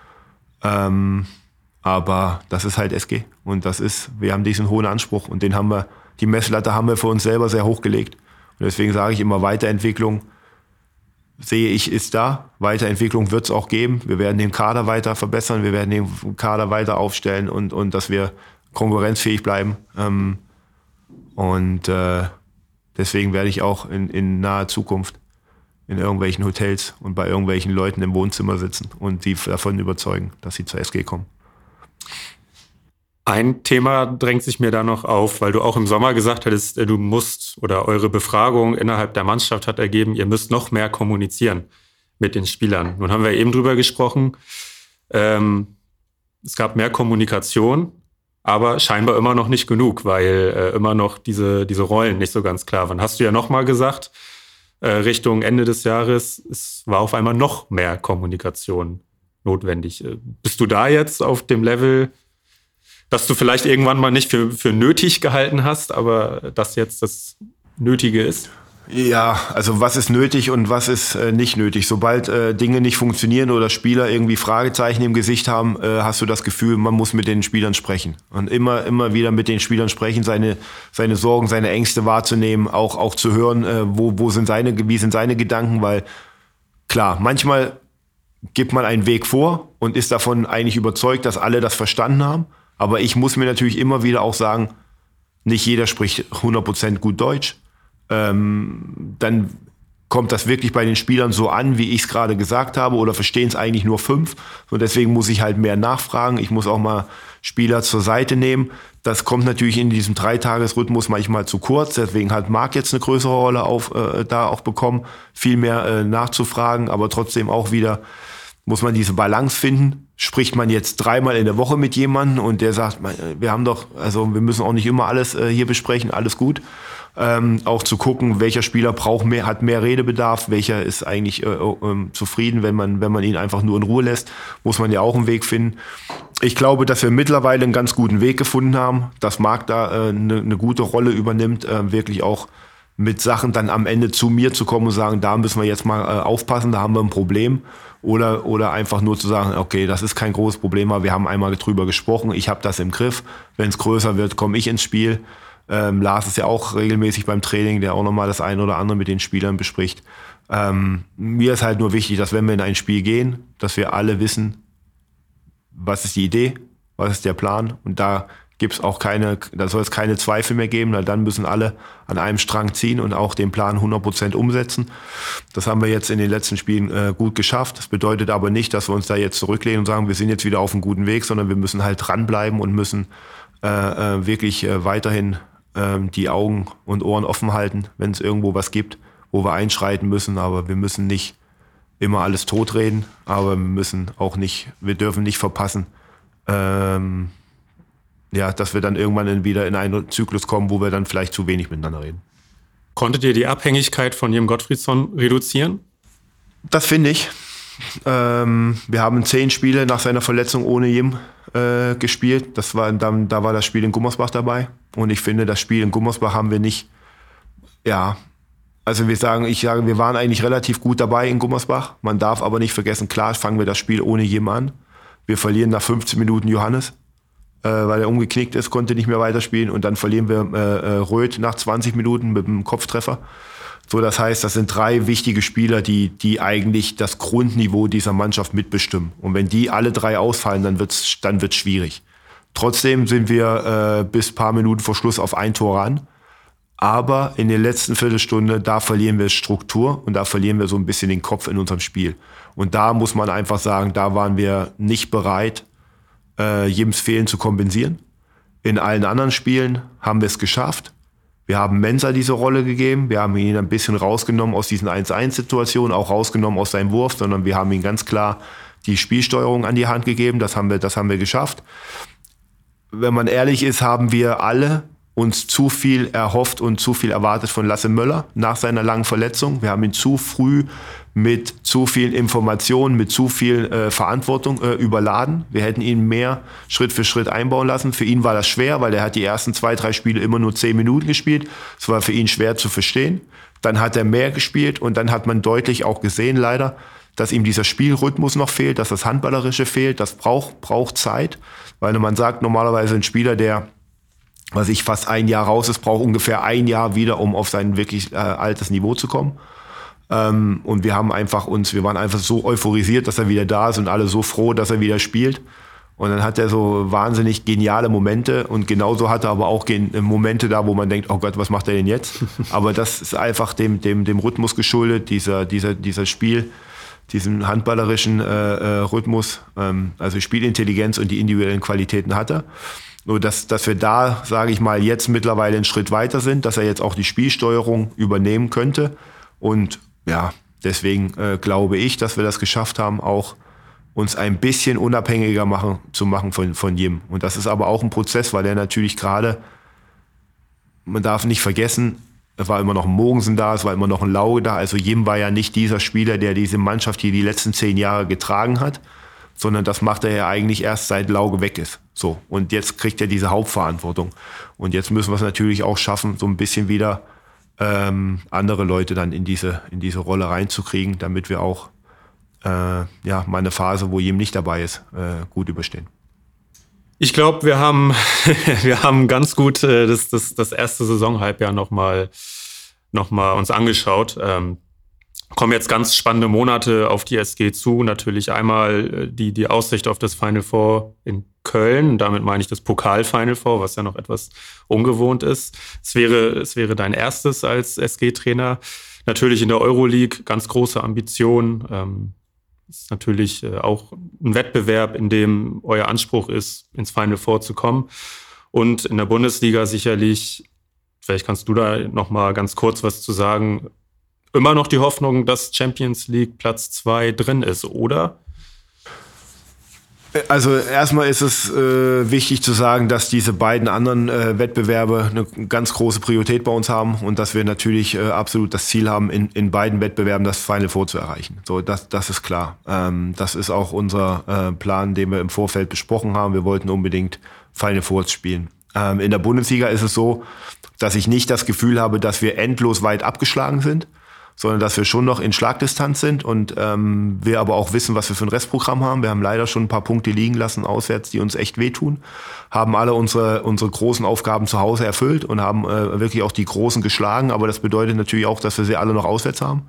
Aber das ist halt SG. Und wir haben diesen hohen Anspruch und die Messlatte haben wir für uns selber sehr hoch gelegt. Und deswegen sage ich immer, Weiterentwicklung sehe ich, ist da. Weiterentwicklung wird es auch geben. Wir werden den Kader weiter verbessern, wir werden den Kader weiter aufstellen und dass wir konkurrenzfähig bleiben. Deswegen werde ich auch in naher Zukunft in irgendwelchen Hotels und bei irgendwelchen Leuten im Wohnzimmer sitzen und die davon überzeugen, dass sie zur SG kommen. Ein Thema drängt sich mir da noch auf, weil du auch im Sommer gesagt hattest, du musst oder eure Befragung innerhalb der Mannschaft hat ergeben, ihr müsst noch mehr kommunizieren mit den Spielern. Nun haben wir eben drüber gesprochen, es gab mehr Kommunikation, aber scheinbar immer noch nicht genug, weil immer noch diese Rollen nicht so ganz klar waren. Hast du ja nochmal gesagt, Richtung Ende des Jahres, es war auf einmal noch mehr Kommunikation notwendig. Bist du da jetzt auf dem Level, dass du vielleicht irgendwann mal nicht für nötig gehalten hast, aber das jetzt das Nötige ist? Ja, also was ist nötig und was ist nicht nötig? Sobald Dinge nicht funktionieren oder Spieler irgendwie Fragezeichen im Gesicht haben, hast du das Gefühl, man muss mit den Spielern sprechen. Und immer wieder mit den Spielern sprechen, seine Sorgen, seine Ängste wahrzunehmen, auch zu hören, wie sind seine Gedanken, weil klar, manchmal gibt man einen Weg vor und ist davon eigentlich überzeugt, dass alle das verstanden haben. Aber ich muss mir natürlich immer wieder auch sagen, nicht jeder spricht 100% gut Deutsch. Dann kommt das wirklich bei den Spielern so an, wie ich es gerade gesagt habe, oder verstehen es eigentlich nur 5. Und deswegen muss ich halt mehr nachfragen. Ich muss auch mal Spieler zur Seite nehmen. Das kommt natürlich in diesem 3-Tages-Rhythmus manchmal zu kurz. Deswegen hat Marc jetzt eine größere Rolle da auch bekommen, viel mehr nachzufragen, aber trotzdem auch wieder muss man diese Balance finden. Spricht man jetzt 3-mal in der Woche mit jemandem und der sagt, wir müssen auch nicht immer alles hier besprechen, alles gut. Auch zu gucken, welcher Spieler hat mehr Redebedarf, welcher ist eigentlich zufrieden, wenn man ihn einfach nur in Ruhe lässt, muss man ja auch einen Weg finden. Ich glaube, dass wir mittlerweile einen ganz guten Weg gefunden haben, dass Marc da eine gute Rolle übernimmt, wirklich auch mit Sachen dann am Ende zu mir zu kommen und sagen, da müssen wir jetzt mal aufpassen, da haben wir ein Problem. Oder einfach nur zu sagen, okay, das ist kein großes Problem, aber wir haben einmal drüber gesprochen, ich habe das im Griff. Wenn es größer wird, komme ich ins Spiel. Lars ist ja auch regelmäßig beim Training, der auch nochmal das eine oder andere mit den Spielern bespricht. Mir ist halt nur wichtig, dass wenn wir in ein Spiel gehen, dass wir alle wissen, was ist die Idee, was ist der Plan. Und da soll es keine Zweifel mehr geben, weil dann müssen alle an einem Strang ziehen und auch den Plan 100% umsetzen. Das haben wir jetzt in den letzten Spielen gut geschafft. Das bedeutet aber nicht, dass wir uns da jetzt zurücklehnen und sagen, wir sind jetzt wieder auf einem guten Weg, sondern wir müssen halt dranbleiben und müssen wirklich weiterhin die Augen und Ohren offen halten, wenn es irgendwo was gibt, wo wir einschreiten müssen. Aber wir müssen nicht immer alles totreden, aber wir dürfen nicht verpassen, dass wir dann irgendwann wieder in einen Zyklus kommen, wo wir dann vielleicht zu wenig miteinander reden. Konntet ihr die Abhängigkeit von Jim Gottfriedson reduzieren? Das finde ich. Wir haben 10 Spiele nach seiner Verletzung ohne Jim gespielt. Da war das Spiel in Gummersbach dabei. Und ich finde, das Spiel in Gummersbach haben wir nicht, wir waren eigentlich relativ gut dabei in Gummersbach. Man darf aber nicht vergessen, klar fangen wir das Spiel ohne Jim an. Wir verlieren nach 15 Minuten Johannes, weil er umgeknickt ist, konnte nicht mehr weiterspielen. Und dann verlieren wir Röth nach 20 Minuten mit einem Kopftreffer. So, das heißt, das sind 3 wichtige Spieler, die eigentlich das Grundniveau dieser Mannschaft mitbestimmen. Und wenn die alle 3 ausfallen, dann wird's schwierig. Trotzdem sind wir bis paar Minuten vor Schluss auf ein Tor ran. Aber in der letzten Viertelstunde, da verlieren wir Struktur und da verlieren wir so ein bisschen den Kopf in unserem Spiel. Und da muss man einfach sagen, da waren wir nicht bereit, Jims Fehlen zu kompensieren. In allen anderen Spielen haben wir es geschafft. Wir haben Mensah diese Rolle gegeben. Wir haben ihn ein bisschen rausgenommen aus diesen 1-1-Situationen, auch rausgenommen aus seinem Wurf, sondern wir haben ihm ganz klar die Spielsteuerung an die Hand gegeben. Das haben wir geschafft. Wenn man ehrlich ist, haben wir alle uns zu viel erhofft und zu viel erwartet von Lasse Möller nach seiner langen Verletzung. Wir haben ihn zu früh mit zu viel Informationen, mit zu viel Verantwortung überladen. Wir hätten ihn mehr Schritt für Schritt einbauen lassen. Für ihn war das schwer, weil er hat die ersten 2-3 Spiele immer nur 10 Minuten gespielt. Es war für ihn schwer zu verstehen. Dann hat er mehr gespielt und dann hat man deutlich auch gesehen, leider, dass ihm dieser Spielrhythmus noch fehlt, dass das Handballerische fehlt. Das braucht Zeit, weil man sagt, normalerweise ein Spieler, der fast ein Jahr raus ist, braucht ungefähr ein Jahr wieder, um auf sein wirklich altes Niveau zu kommen. Und wir waren einfach so euphorisiert, dass er wieder da ist und alle so froh, dass er wieder spielt. Und dann hat er so wahnsinnig geniale Momente und genauso hat er aber auch Momente da, wo man denkt, oh Gott, was macht er denn jetzt? Aber das ist einfach dem Rhythmus geschuldet, dieser Spiel, diesen handballerischen Rhythmus, also Spielintelligenz und die individuellen Qualitäten hat er. Nur, dass wir da, sage ich mal, jetzt mittlerweile einen Schritt weiter sind, dass er jetzt auch die Spielsteuerung übernehmen könnte. Und ja, deswegen glaube ich, dass wir das geschafft haben, auch uns ein bisschen unabhängiger zu machen von Jim. Und das ist aber auch ein Prozess, weil er natürlich gerade, man darf nicht vergessen, es war immer noch ein Mogensen da, es war immer noch ein Lauge da. Also Jim war ja nicht dieser Spieler, der diese Mannschaft hier die letzten 10 Jahre getragen hat, sondern das macht er ja eigentlich erst seit Lauge weg ist. So, und jetzt kriegt er diese Hauptverantwortung. Und jetzt müssen wir es natürlich auch schaffen, so ein bisschen wieder andere Leute dann in diese Rolle reinzukriegen, damit wir auch mal eine Phase, wo Jim nicht dabei ist, gut überstehen. Ich glaube, wir haben ganz gut das erste Saisonhalbjahr noch mal uns angeschaut. Kommen jetzt ganz spannende Monate auf die SG zu. Natürlich einmal die Aussicht auf das Final Four in Köln. Damit meine ich das Pokal-Final Four, was ja noch etwas ungewohnt ist. Es wäre dein erstes als SG-Trainer. Natürlich in der Euroleague ganz große Ambitionen. Ist natürlich auch ein Wettbewerb, in dem euer Anspruch ist, ins Final Four zu kommen. Und in der Bundesliga sicherlich, vielleicht kannst du da noch mal ganz kurz was zu sagen, immer noch die Hoffnung, dass Champions League Platz 2 drin ist, oder? Also erstmal ist es wichtig zu sagen, dass diese beiden anderen Wettbewerbe eine ganz große Priorität bei uns haben und dass wir natürlich absolut das Ziel haben, in beiden Wettbewerben das Final Four zu erreichen. So, das ist klar. Das ist auch unser Plan, den wir im Vorfeld besprochen haben. Wir wollten unbedingt Final Fours spielen. In der Bundesliga ist es so, dass ich nicht das Gefühl habe, dass wir endlos weit abgeschlagen sind, sondern dass wir schon noch in Schlagdistanz sind und wir aber auch wissen, was wir für ein Restprogramm haben. Wir haben leider schon ein paar Punkte liegen lassen auswärts, die uns echt wehtun, haben alle unsere großen Aufgaben zu Hause erfüllt und haben wirklich auch die Großen geschlagen, aber das bedeutet natürlich auch, dass wir sie alle noch auswärts haben.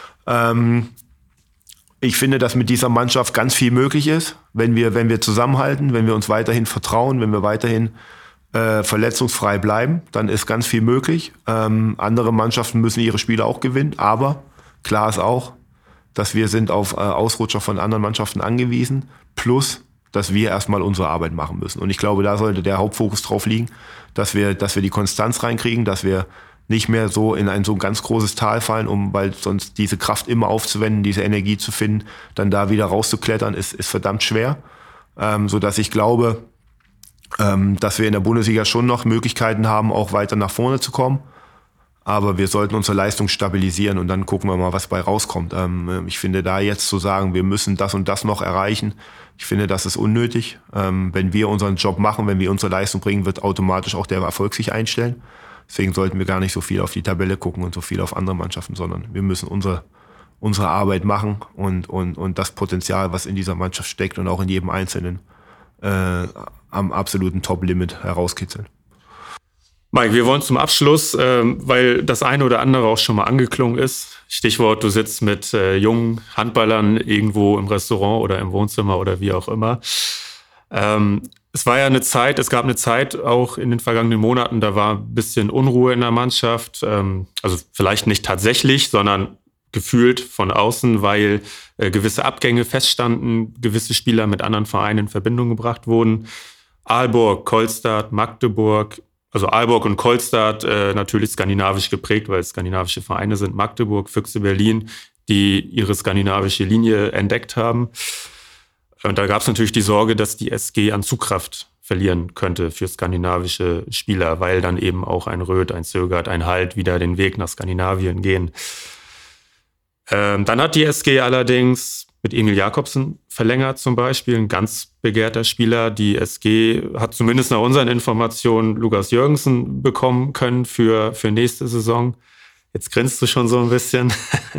Ich finde, dass mit dieser Mannschaft ganz viel möglich ist, wenn wir zusammenhalten, wenn wir uns weiterhin vertrauen, wenn wir weiterhin verletzungsfrei bleiben, dann ist ganz viel möglich. Andere Mannschaften müssen ihre Spiele auch gewinnen, aber klar ist auch, dass wir sind auf Ausrutscher von anderen Mannschaften angewiesen, plus, dass wir erstmal unsere Arbeit machen müssen. Und ich glaube, da sollte der Hauptfokus drauf liegen, dass wir die Konstanz reinkriegen, dass wir nicht mehr so in ein so ganz großes Tal fallen, weil sonst diese Kraft immer aufzuwenden, diese Energie zu finden, dann da wieder rauszuklettern, ist verdammt schwer. Sodass ich glaube, dass wir in der Bundesliga schon noch Möglichkeiten haben, auch weiter nach vorne zu kommen. Aber wir sollten unsere Leistung stabilisieren und dann gucken wir mal, was bei rauskommt. Ich finde, da jetzt zu sagen, wir müssen das und das noch erreichen, ich finde, das ist unnötig. Wenn wir unseren Job machen, wenn wir unsere Leistung bringen, wird automatisch auch der Erfolg sich einstellen. Deswegen sollten wir gar nicht so viel auf die Tabelle gucken und so viel auf andere Mannschaften, sondern wir müssen unsere Arbeit machen und das Potenzial, was in dieser Mannschaft steckt und auch in jedem Einzelnen, am absoluten Top-Limit herauskitzeln. Mike, wir wollen zum Abschluss, weil das eine oder andere auch schon mal angeklungen ist. Stichwort, du sitzt mit jungen Handballern irgendwo im Restaurant oder im Wohnzimmer oder wie auch immer. Es gab eine Zeit auch in den vergangenen Monaten, da war ein bisschen Unruhe in der Mannschaft. Also vielleicht nicht tatsächlich, sondern gefühlt von außen, weil gewisse Abgänge feststanden, gewisse Spieler mit anderen Vereinen in Verbindung gebracht wurden. Aalborg, Kolstad, Magdeburg, also Aalborg und Kolstad natürlich skandinavisch geprägt, weil es skandinavische Vereine sind. Magdeburg, Füchse Berlin, die ihre skandinavische Linie entdeckt haben. Und da gab es natürlich die Sorge, dass die SG an Zugkraft verlieren könnte für skandinavische Spieler, weil dann eben auch ein Röth, ein Søgaard, ein Halt wieder den Weg nach Skandinavien gehen. Dann hat die SG allerdings mit Emil Jakobsen verlängert zum Beispiel, ein ganz begehrter Spieler. Die SG hat zumindest nach unseren Informationen Lukas Jürgensen bekommen können für nächste Saison. Jetzt grinst du schon so ein bisschen.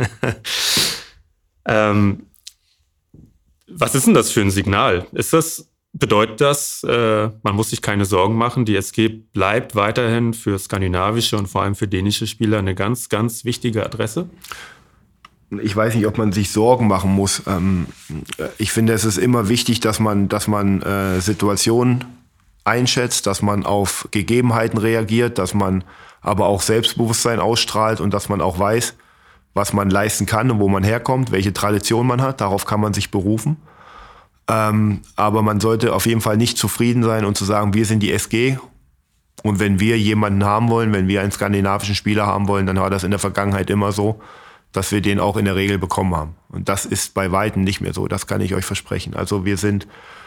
Was ist denn das für ein Signal? Bedeutet das, man muss sich keine Sorgen machen, die SG bleibt weiterhin für skandinavische und vor allem für dänische Spieler eine ganz, ganz wichtige Adresse? Ich weiß nicht, ob man sich Sorgen machen muss. Ich finde, es ist immer wichtig, dass man Situationen einschätzt, dass man auf Gegebenheiten reagiert, dass man aber auch Selbstbewusstsein ausstrahlt und dass man auch weiß, was man leisten kann und wo man herkommt, welche Tradition man hat. Darauf kann man sich berufen. Aber man sollte auf jeden Fall nicht zufrieden sein und zu sagen, wir sind die SG. Und wenn wir jemanden haben wollen, wenn wir einen skandinavischen Spieler haben wollen, dann war das in der Vergangenheit immer so, dass wir den auch in der Regel bekommen haben. Und das ist bei Weitem nicht mehr so, das kann ich euch versprechen. Also wir sind,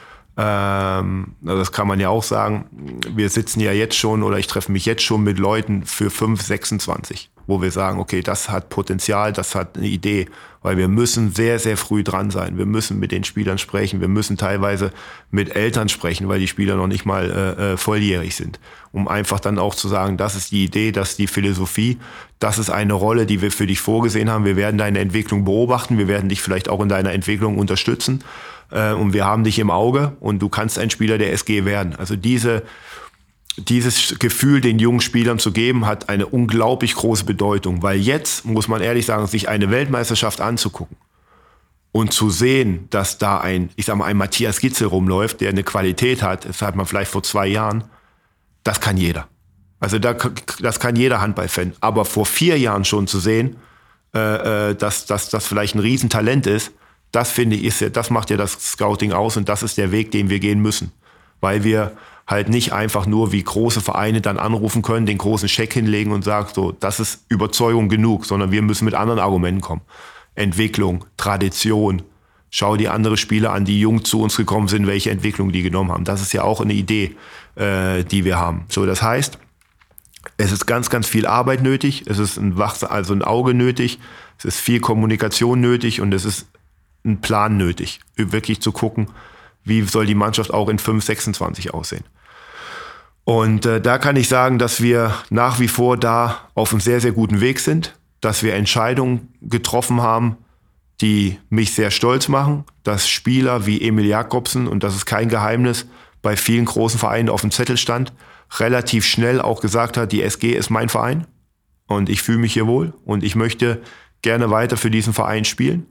das kann man ja auch sagen, wir sitzen ja jetzt schon oder ich treffe mich jetzt schon mit Leuten für 5,26, wo wir sagen, okay, das hat Potenzial, das hat eine Idee, weil wir müssen sehr, sehr früh dran sein. Wir müssen mit den Spielern sprechen, wir müssen teilweise mit Eltern sprechen, weil die Spieler noch nicht mal volljährig sind, um einfach dann auch zu sagen, das ist die Idee, das ist die Philosophie, das ist eine Rolle, die wir für dich vorgesehen haben. Wir werden deine Entwicklung beobachten, wir werden dich vielleicht auch in deiner Entwicklung unterstützen und wir haben dich im Auge und du kannst ein Spieler der SG werden. Also dieses Gefühl den jungen Spielern zu geben, hat eine unglaublich große Bedeutung, weil jetzt, muss man ehrlich sagen, sich eine Weltmeisterschaft anzugucken und zu sehen, dass da ein Matthias Gitzel rumläuft, der eine Qualität hat, das hat man vielleicht vor 2 Jahren, das kann jeder. Also das kann jeder Handballfan. Aber vor 4 Jahren schon zu sehen, dass das vielleicht ein Riesentalent ist, das finde ich, das macht ja das Scouting aus und das ist der Weg, den wir gehen müssen. Weil wir halt nicht einfach nur wie große Vereine dann anrufen können, den großen Scheck hinlegen und sagen, so, das ist Überzeugung genug, sondern wir müssen mit anderen Argumenten kommen. Entwicklung, Tradition. Schau die andere Spieler an, die jung zu uns gekommen sind, welche Entwicklung die genommen haben. Das ist ja auch eine Idee, die wir haben. So, das heißt, es ist ganz, ganz viel Arbeit nötig. Es ist ein Auge nötig. Es ist viel Kommunikation nötig und es ist ein Plan nötig, wirklich zu gucken, wie soll die Mannschaft auch in 5,26 aussehen. Und da kann ich sagen, dass wir nach wie vor da auf einem sehr, sehr guten Weg sind, dass wir Entscheidungen getroffen haben, die mich sehr stolz machen, dass Spieler wie Emil Jakobsen, und das ist kein Geheimnis, bei vielen großen Vereinen auf dem Zettel stand, relativ schnell auch gesagt hat, die SG ist mein Verein und ich fühle mich hier wohl und ich möchte gerne weiter für diesen Verein spielen.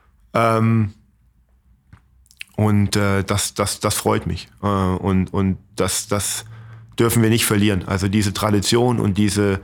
Das freut mich. Und das dürfen wir nicht verlieren. Also diese Tradition und diese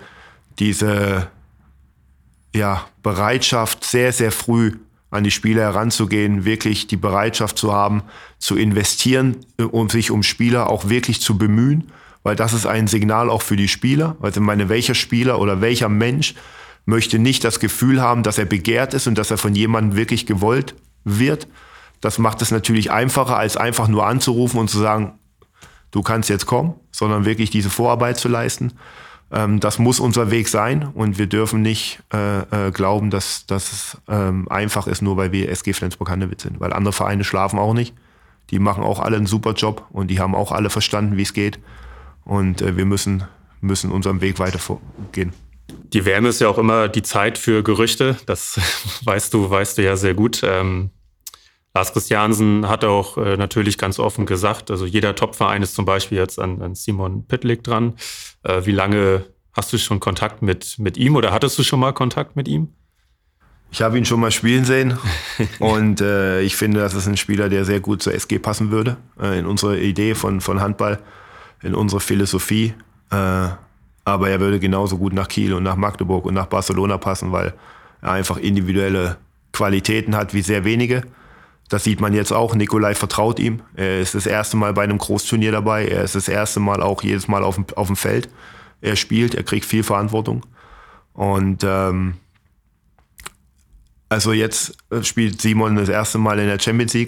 Bereitschaft, sehr, sehr früh an die Spieler heranzugehen, wirklich die Bereitschaft zu haben, zu investieren, um sich um Spieler auch wirklich zu bemühen, weil das ist ein Signal auch für die Spieler. Also welcher Spieler oder welcher Mensch möchte nicht das Gefühl haben, dass er begehrt ist und dass er von jemandem wirklich gewollt wird. Das macht es natürlich einfacher, als einfach nur anzurufen und zu sagen, du kannst jetzt kommen, sondern wirklich diese Vorarbeit zu leisten. Das muss unser Weg sein und wir dürfen nicht glauben, dass es einfach ist, nur weil wir SG Flensburg-Handewitt sind. Weil andere Vereine schlafen auch nicht. Die machen auch alle einen super Job und die haben auch alle verstanden, wie es geht. Und wir müssen unserem Weg weiter vorgehen. Die WM ist ja auch immer die Zeit für Gerüchte. Das weißt du ja sehr gut. Lars Christiansen hat auch natürlich ganz offen gesagt, also jeder Topverein ist zum Beispiel jetzt an Simon Pytlik dran. Wie lange hast du schon Kontakt mit ihm oder hattest du schon mal Kontakt mit ihm? Ich habe ihn schon mal spielen sehen und ich finde, das ist ein Spieler, der sehr gut zur SG passen würde, in unsere Idee von Handball, in unsere Philosophie. Aber er würde genauso gut nach Kiel und nach Magdeburg und nach Barcelona passen, weil er einfach individuelle Qualitäten hat wie sehr wenige. Das sieht man jetzt auch. Nikolai vertraut ihm. Er ist das erste Mal bei einem Großturnier dabei. Er ist das erste Mal auch jedes Mal auf dem Feld. Er spielt, er kriegt viel Verantwortung. Und also jetzt spielt Simon das erste Mal in der Champions League.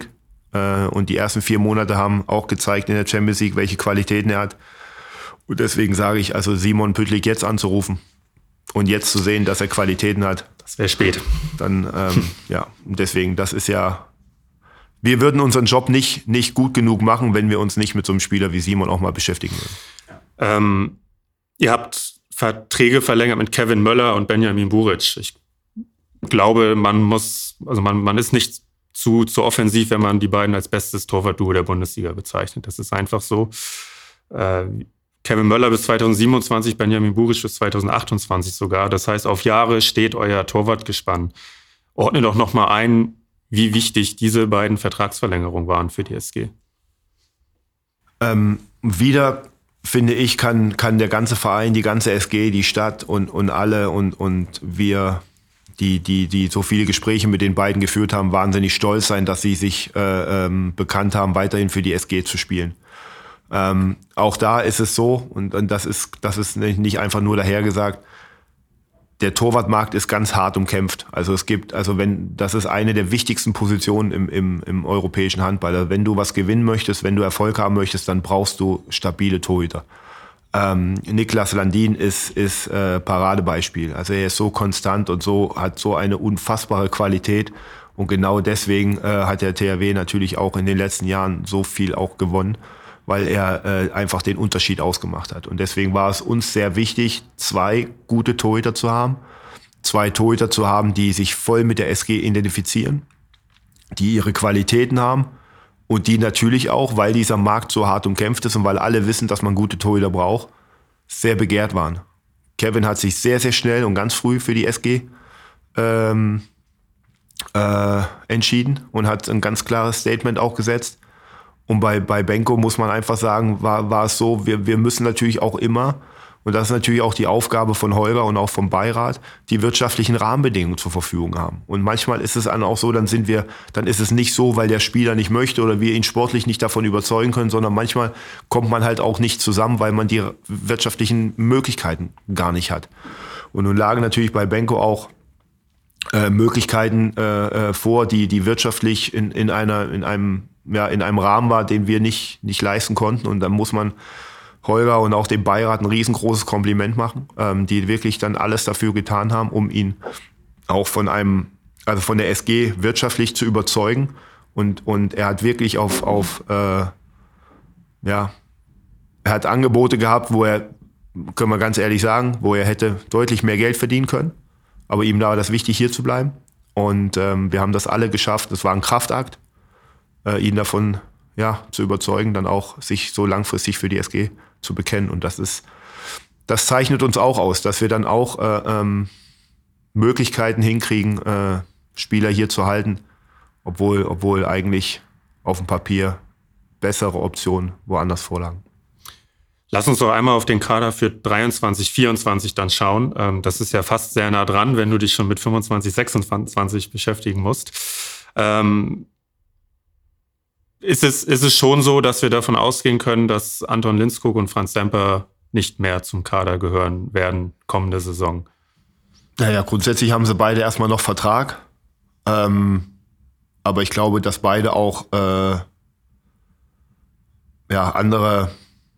Und die ersten 4 Monate haben auch gezeigt in der Champions League, welche Qualitäten er hat. Und deswegen sage ich, also Simon Pytlik jetzt anzurufen und jetzt zu sehen, dass er Qualitäten hat. Das wäre spät. Dann, ja, deswegen, das ist ja, wir würden unseren Job nicht gut genug machen, wenn wir uns nicht mit so einem Spieler wie Simon auch mal beschäftigen würden. Ihr habt Verträge verlängert mit Kevin Möller und Benjamin Buric. Ich glaube, man ist nicht zu offensiv, wenn man die beiden als bestes Torwartduo der Bundesliga bezeichnet. Das ist einfach so. Kevin Möller bis 2027, Benjamin Buric bis 2028 sogar. Das heißt, auf Jahre steht euer Torwartgespann. Ordne doch noch mal ein, wie wichtig diese beiden Vertragsverlängerungen waren für die SG. Wieder, finde ich, kann der ganze Verein, die ganze SG, die Stadt und alle und wir, die so viele Gespräche mit den beiden geführt haben, wahnsinnig stolz sein, dass sie sich bekannt haben, weiterhin für die SG zu spielen. Auch da ist es so, und das ist nicht einfach nur dahergesagt, der Torwartmarkt ist ganz hart umkämpft. Also das ist eine der wichtigsten Positionen im europäischen Handball. Wenn du was gewinnen möchtest, wenn du Erfolg haben möchtest, dann brauchst du stabile Torhüter. Niklas Landin ist Paradebeispiel. Also er ist so konstant und hat so eine unfassbare Qualität. Und genau deswegen hat der THW natürlich auch in den letzten Jahren so viel auch gewonnen, weil er einfach den Unterschied ausgemacht hat. Und deswegen war es uns sehr wichtig, 2 gute Torhüter zu haben. 2 Torhüter zu haben, die sich voll mit der SG identifizieren, die ihre Qualitäten haben und die natürlich auch, weil dieser Markt so hart umkämpft ist und weil alle wissen, dass man gute Torhüter braucht, sehr begehrt waren. Kevin hat sich sehr, sehr schnell und ganz früh für die SG entschieden und hat ein ganz klares Statement auch gesetzt. Und bei Benko muss man einfach sagen, war es so, wir müssen natürlich auch immer, und das ist natürlich auch die Aufgabe von Holger und auch vom Beirat, die wirtschaftlichen Rahmenbedingungen zur Verfügung haben. Und manchmal ist es dann auch so, dann ist es nicht so, weil der Spieler nicht möchte oder wir ihn sportlich nicht davon überzeugen können, sondern manchmal kommt man halt auch nicht zusammen, weil man die wirtschaftlichen Möglichkeiten gar nicht hat. Und nun lagen natürlich bei Benko auch Möglichkeiten vor, die wirtschaftlich in einem Rahmen war, den wir nicht leisten konnten. Und dann muss man Holger und auch dem Beirat ein riesengroßes Kompliment machen, die wirklich dann alles dafür getan haben, um ihn auch von der SG wirtschaftlich zu überzeugen. Und er hat wirklich er hat Angebote gehabt, wo er, können wir ganz ehrlich sagen, wo er hätte deutlich mehr Geld verdienen können. Aber ihm war das wichtig, hier zu bleiben. Und wir haben das alle geschafft. Es war ein Kraftakt, ihn davon zu überzeugen, dann auch sich so langfristig für die SG zu bekennen. Und das zeichnet uns auch aus, dass wir dann auch Möglichkeiten hinkriegen, Spieler hier zu halten, obwohl eigentlich auf dem Papier bessere Optionen woanders vorlagen. Lass uns doch einmal auf den Kader für 23, 24 dann schauen. Das ist ja fast sehr nah dran, wenn du dich schon mit 25, 26 beschäftigen musst. Ist es schon so, dass wir davon ausgehen können, dass Anton Lindskog und Franz Semper nicht mehr zum Kader gehören werden kommende Saison? Naja, grundsätzlich haben sie beide erstmal noch Vertrag. Aber ich glaube, dass beide auch andere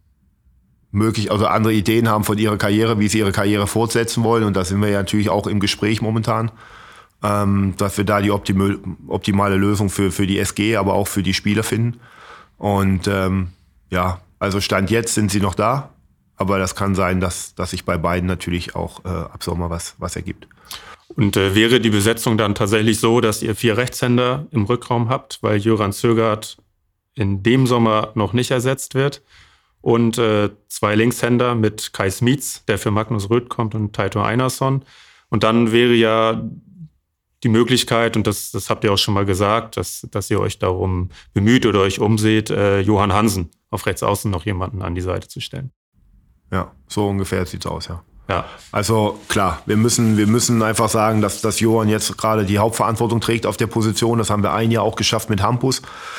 Ideen haben von ihrer Karriere, wie sie ihre Karriere fortsetzen wollen. Und da sind wir ja natürlich auch im Gespräch momentan, dass wir da die optimale Lösung für die SG, aber auch für die Spieler finden. Und also Stand jetzt sind sie noch da. Aber das kann sein, dass sich bei beiden natürlich auch ab Sommer was ergibt. Und wäre die Besetzung dann tatsächlich so, dass ihr 4 Rechtshänder im Rückraum habt, weil Jöran Zögert in dem Sommer noch nicht ersetzt wird? Und 2 Linkshänder mit Kai Smits, der für Magnus Röth kommt, und Taito Einarsson. Und dann wäre ja die Möglichkeit, und das habt ihr auch schon mal gesagt, dass ihr euch darum bemüht oder euch umseht, Johann Hansen auf rechts außen noch jemanden an die Seite zu stellen. Ja, so ungefähr sieht's aus, ja. Ja. Also klar, wir müssen einfach sagen, dass Johann jetzt gerade die Hauptverantwortung trägt auf der Position. Das haben wir ein Jahr auch geschafft mit Hampus,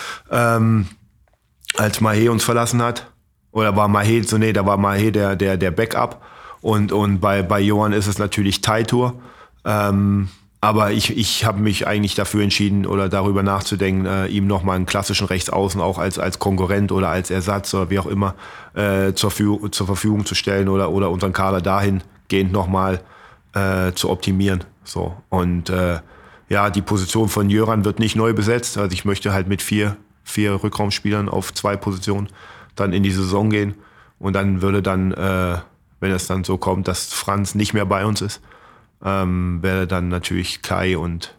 als Mahé uns verlassen hat. Oder war Mahé, da war Mahé der Backup. Und bei Johann ist es natürlich Teitur. Aber ich habe mich eigentlich dafür entschieden oder darüber nachzudenken, ihm nochmal einen klassischen Rechtsaußen auch als Konkurrent oder als Ersatz oder wie auch immer zur Verfügung zu stellen oder unseren Kader dahingehend nochmal zu optimieren. So. Und die Position von Jöran wird nicht neu besetzt. Also ich möchte halt mit vier Rückraumspielern auf 2 Positionen dann in die Saison gehen. Und dann würde wenn es dann so kommt, dass Franz nicht mehr bei uns ist, wäre dann natürlich Kai und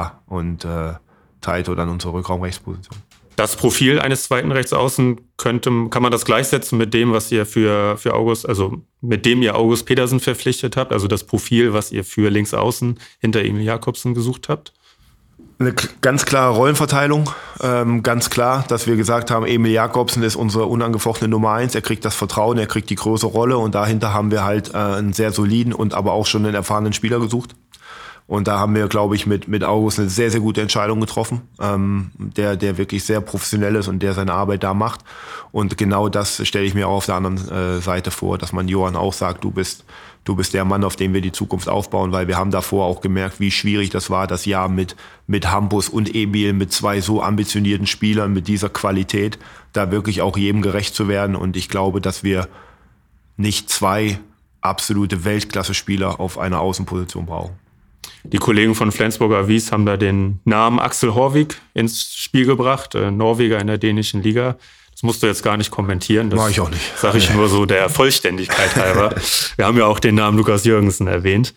Taito dann unsere Rückraumrechtsposition. Das Profil eines zweiten Rechtsaußen kann man das gleichsetzen mit dem, was ihr für August, also mit dem ihr August Pedersen verpflichtet habt, also das Profil, was ihr für Linksaußen hinter Emil Jakobsen gesucht habt? Eine ganz klare Rollenverteilung, ganz klar, dass wir gesagt haben, Emil Jakobsen ist unsere unangefochtene Nummer 1, er kriegt das Vertrauen, er kriegt die große Rolle und dahinter haben wir halt einen sehr soliden und aber auch schon einen erfahrenen Spieler gesucht. Und da haben wir, glaube ich, mit August eine sehr, sehr gute Entscheidung getroffen, der wirklich sehr professionell ist und der seine Arbeit da macht. Und genau das stelle ich mir auch auf der anderen Seite vor, dass man Johann auch sagt, du bist der Mann, auf dem wir die Zukunft aufbauen, weil wir haben davor auch gemerkt, wie schwierig das war, das Jahr mit Hampus und Emil, mit 2 so ambitionierten Spielern, mit dieser Qualität, da wirklich auch jedem gerecht zu werden. Und ich glaube, dass wir nicht 2 absolute Weltklasse-Spieler auf einer Außenposition brauchen. Die Kollegen von Flensburger Avis haben da den Namen Axel Horvig ins Spiel gebracht, Norweger in der dänischen Liga. Das musst du jetzt gar nicht kommentieren. Das mach ich auch nicht. Sage ich nur so der Vollständigkeit halber. Wir haben ja auch den Namen Lukas Jürgensen erwähnt.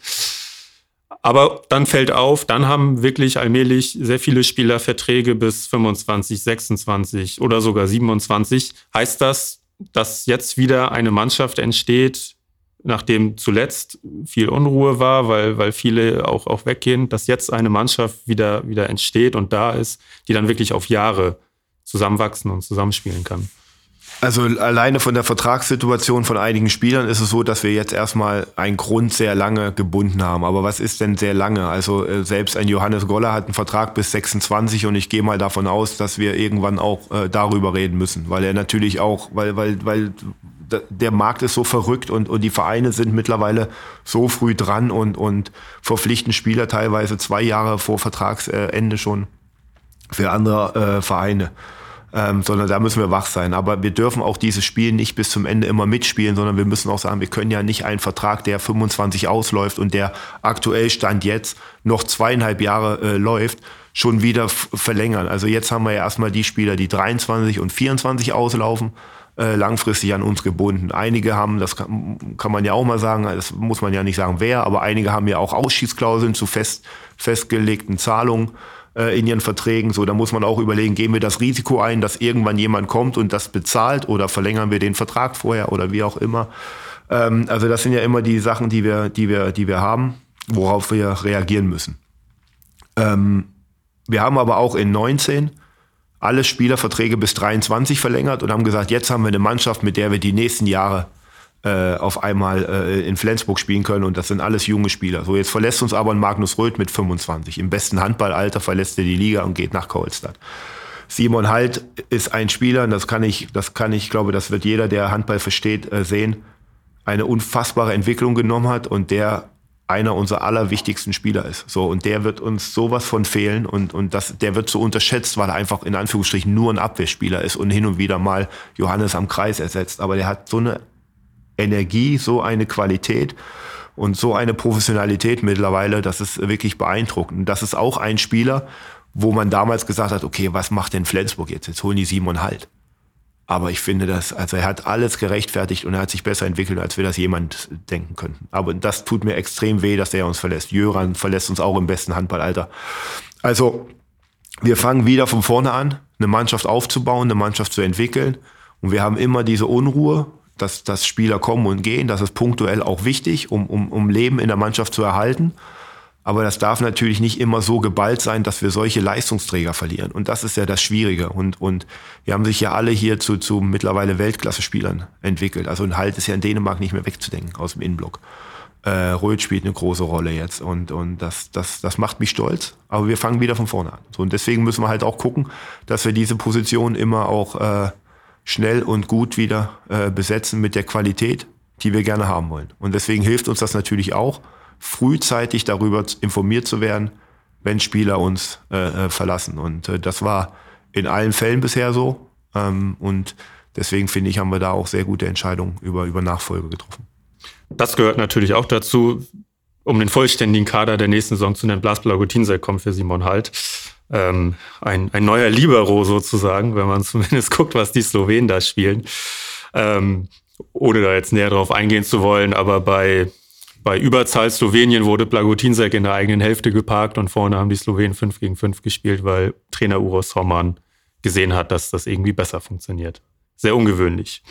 Aber dann fällt auf, dann haben wirklich allmählich sehr viele Spieler Verträge bis 25, 26 oder sogar 27. Heißt das, dass jetzt wieder eine Mannschaft entsteht, nachdem zuletzt viel Unruhe war, weil viele auch weggehen, dass jetzt eine Mannschaft wieder entsteht und da ist, die dann wirklich auf Jahre zusammenwachsen und zusammenspielen kann? Also alleine von der Vertragssituation von einigen Spielern ist es so, dass wir jetzt erstmal einen Grund sehr lange gebunden haben. Aber was ist denn sehr lange? Also selbst ein Johannes Goller hat einen Vertrag bis 26 und ich gehe mal davon aus, dass wir irgendwann auch darüber reden müssen, weil er natürlich auch, weil der Markt ist so verrückt und die Vereine sind mittlerweile so früh dran und verpflichten Spieler teilweise 2 Jahre vor Vertragsende schon für andere Vereine. Sondern da müssen wir wach sein. Aber wir dürfen auch dieses Spiel nicht bis zum Ende immer mitspielen, sondern wir müssen auch sagen, wir können ja nicht einen Vertrag, der 25 ausläuft und der aktuell Stand jetzt noch 2,5 Jahre läuft, schon wieder verlängern. Also jetzt haben wir ja erstmal die Spieler, die 23 und 24 auslaufen, langfristig an uns gebunden. Einige haben, das kann man ja auch mal sagen, das muss man ja nicht sagen wer, aber einige haben ja auch Ausschiedsklauseln zu festgelegten Zahlungen in ihren Verträgen. So, da muss man auch überlegen, gehen wir das Risiko ein, dass irgendwann jemand kommt und das bezahlt oder verlängern wir den Vertrag vorher oder wie auch immer. Also das sind ja immer die Sachen, die wir haben, worauf wir reagieren müssen. Wir haben aber auch in 19 alle Spielerverträge bis 23 verlängert und haben gesagt, jetzt haben wir eine Mannschaft, mit der wir die nächsten Jahre auf einmal in Flensburg spielen können und das sind alles junge Spieler. So, jetzt verlässt uns aber ein Magnus Röth mit 25. Im besten Handballalter verlässt er die Liga und geht nach Kohlstadt. Simon Halt ist ein Spieler, und das kann ich, glaube, das wird jeder, der Handball versteht, sehen, eine unfassbare Entwicklung genommen hat und der einer unserer allerwichtigsten Spieler ist. So, und der wird uns sowas von fehlen und der wird so unterschätzt, weil er einfach in Anführungsstrichen nur ein Abwehrspieler ist und hin und wieder mal Johannes am Kreis ersetzt. Aber der hat so eine Energie, so eine Qualität und so eine Professionalität mittlerweile, das ist wirklich beeindruckend. Und das ist auch ein Spieler, wo man damals gesagt hat, okay, was macht denn Flensburg jetzt? Jetzt holen die Simon Halt. Aber ich finde das, also er hat alles gerechtfertigt und er hat sich besser entwickelt, als wir das jemand denken könnten. Aber das tut mir extrem weh, dass er uns verlässt. Jöran verlässt uns auch im besten Handballalter. Also wir fangen wieder von vorne an, eine Mannschaft aufzubauen, eine Mannschaft zu entwickeln. Und wir haben immer diese Unruhe, dass Spieler kommen und gehen. Das ist punktuell auch wichtig, um Leben in der Mannschaft zu erhalten. Aber das darf natürlich nicht immer so geballt sein, dass wir solche Leistungsträger verlieren. Und das ist ja das Schwierige. Und wir haben sich ja alle hier zu mittlerweile Weltklasse-Spielern entwickelt. Also ein Halt ist ja in Dänemark nicht mehr wegzudenken aus dem Innenblock. Röth spielt eine große Rolle jetzt. Und das macht mich stolz. Aber wir fangen wieder von vorne an. So, und deswegen müssen wir halt auch gucken, dass wir diese Position immer auch schnell und gut wieder besetzen mit der Qualität, die wir gerne haben wollen. Und deswegen hilft uns das natürlich auch, frühzeitig darüber informiert zu werden, wenn Spieler uns verlassen. Und das war in allen Fällen bisher so. Und deswegen finde ich, haben wir da auch sehr gute Entscheidungen über Nachfolge getroffen. Das gehört natürlich auch dazu, um den vollständigen Kader der nächsten Saison zu nennen. Blažej Blagotinšek kommt für Simon Halt. Ein neuer Libero sozusagen, wenn man zumindest guckt, was die Slowenen da spielen. Ohne da jetzt näher drauf eingehen zu wollen, aber bei Überzahl Slowenien wurde Blagotinšek in der eigenen Hälfte geparkt und vorne haben die Slowenen 5 gegen 5 gespielt, weil Trainer Uroš Roman gesehen hat, dass das irgendwie besser funktioniert. Sehr ungewöhnlich.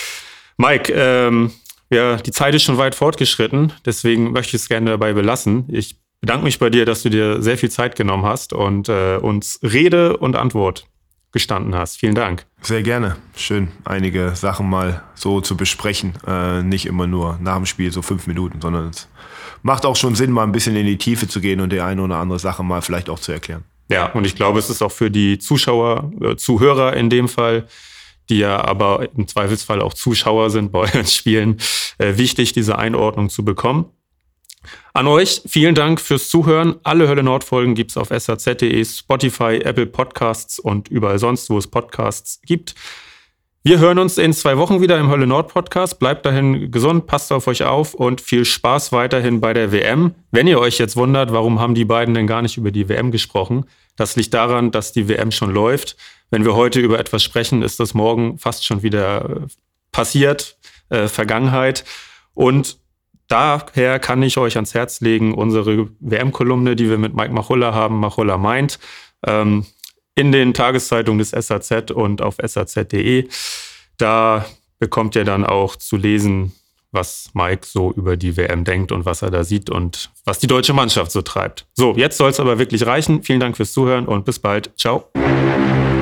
Mike, die Zeit ist schon weit fortgeschritten, deswegen möchte ich es gerne dabei belassen. Ich bedanke mich bei dir, dass du dir sehr viel Zeit genommen hast und uns Rede und Antwort gestanden hast. Vielen Dank. Sehr gerne. Schön, einige Sachen mal so zu besprechen. Nicht immer nur nach dem Spiel so 5 Minuten, sondern es macht auch schon Sinn, mal ein bisschen in die Tiefe zu gehen und die eine oder andere Sache mal vielleicht auch zu erklären. Ja, und ich glaube, es ist auch für die Zuhörer in dem Fall, die ja aber im Zweifelsfall auch Zuschauer sind bei euren Spielen, wichtig, diese Einordnung zu bekommen. An euch, vielen Dank fürs Zuhören. Alle Hölle Nord-Folgen gibt's auf saz.de, Spotify, Apple Podcasts und überall sonst, wo es Podcasts gibt. Wir hören uns in 2 Wochen wieder im Hölle Nord Podcast. Bleibt dahin gesund, passt auf euch auf und viel Spaß weiterhin bei der WM. Wenn ihr euch jetzt wundert, warum haben die beiden denn gar nicht über die WM gesprochen? Das liegt daran, dass die WM schon läuft. Wenn wir heute über etwas sprechen, ist das morgen fast schon wieder passiert, Vergangenheit. Und daher kann ich euch ans Herz legen, unsere WM-Kolumne, die wir mit Mike Machulla haben, Machulla meint, in den Tageszeitungen des SAZ und auf saz.de. Da bekommt ihr dann auch zu lesen, was Mike so über die WM denkt und was er da sieht und was die deutsche Mannschaft so treibt. So, jetzt soll es aber wirklich reichen. Vielen Dank fürs Zuhören und bis bald. Ciao.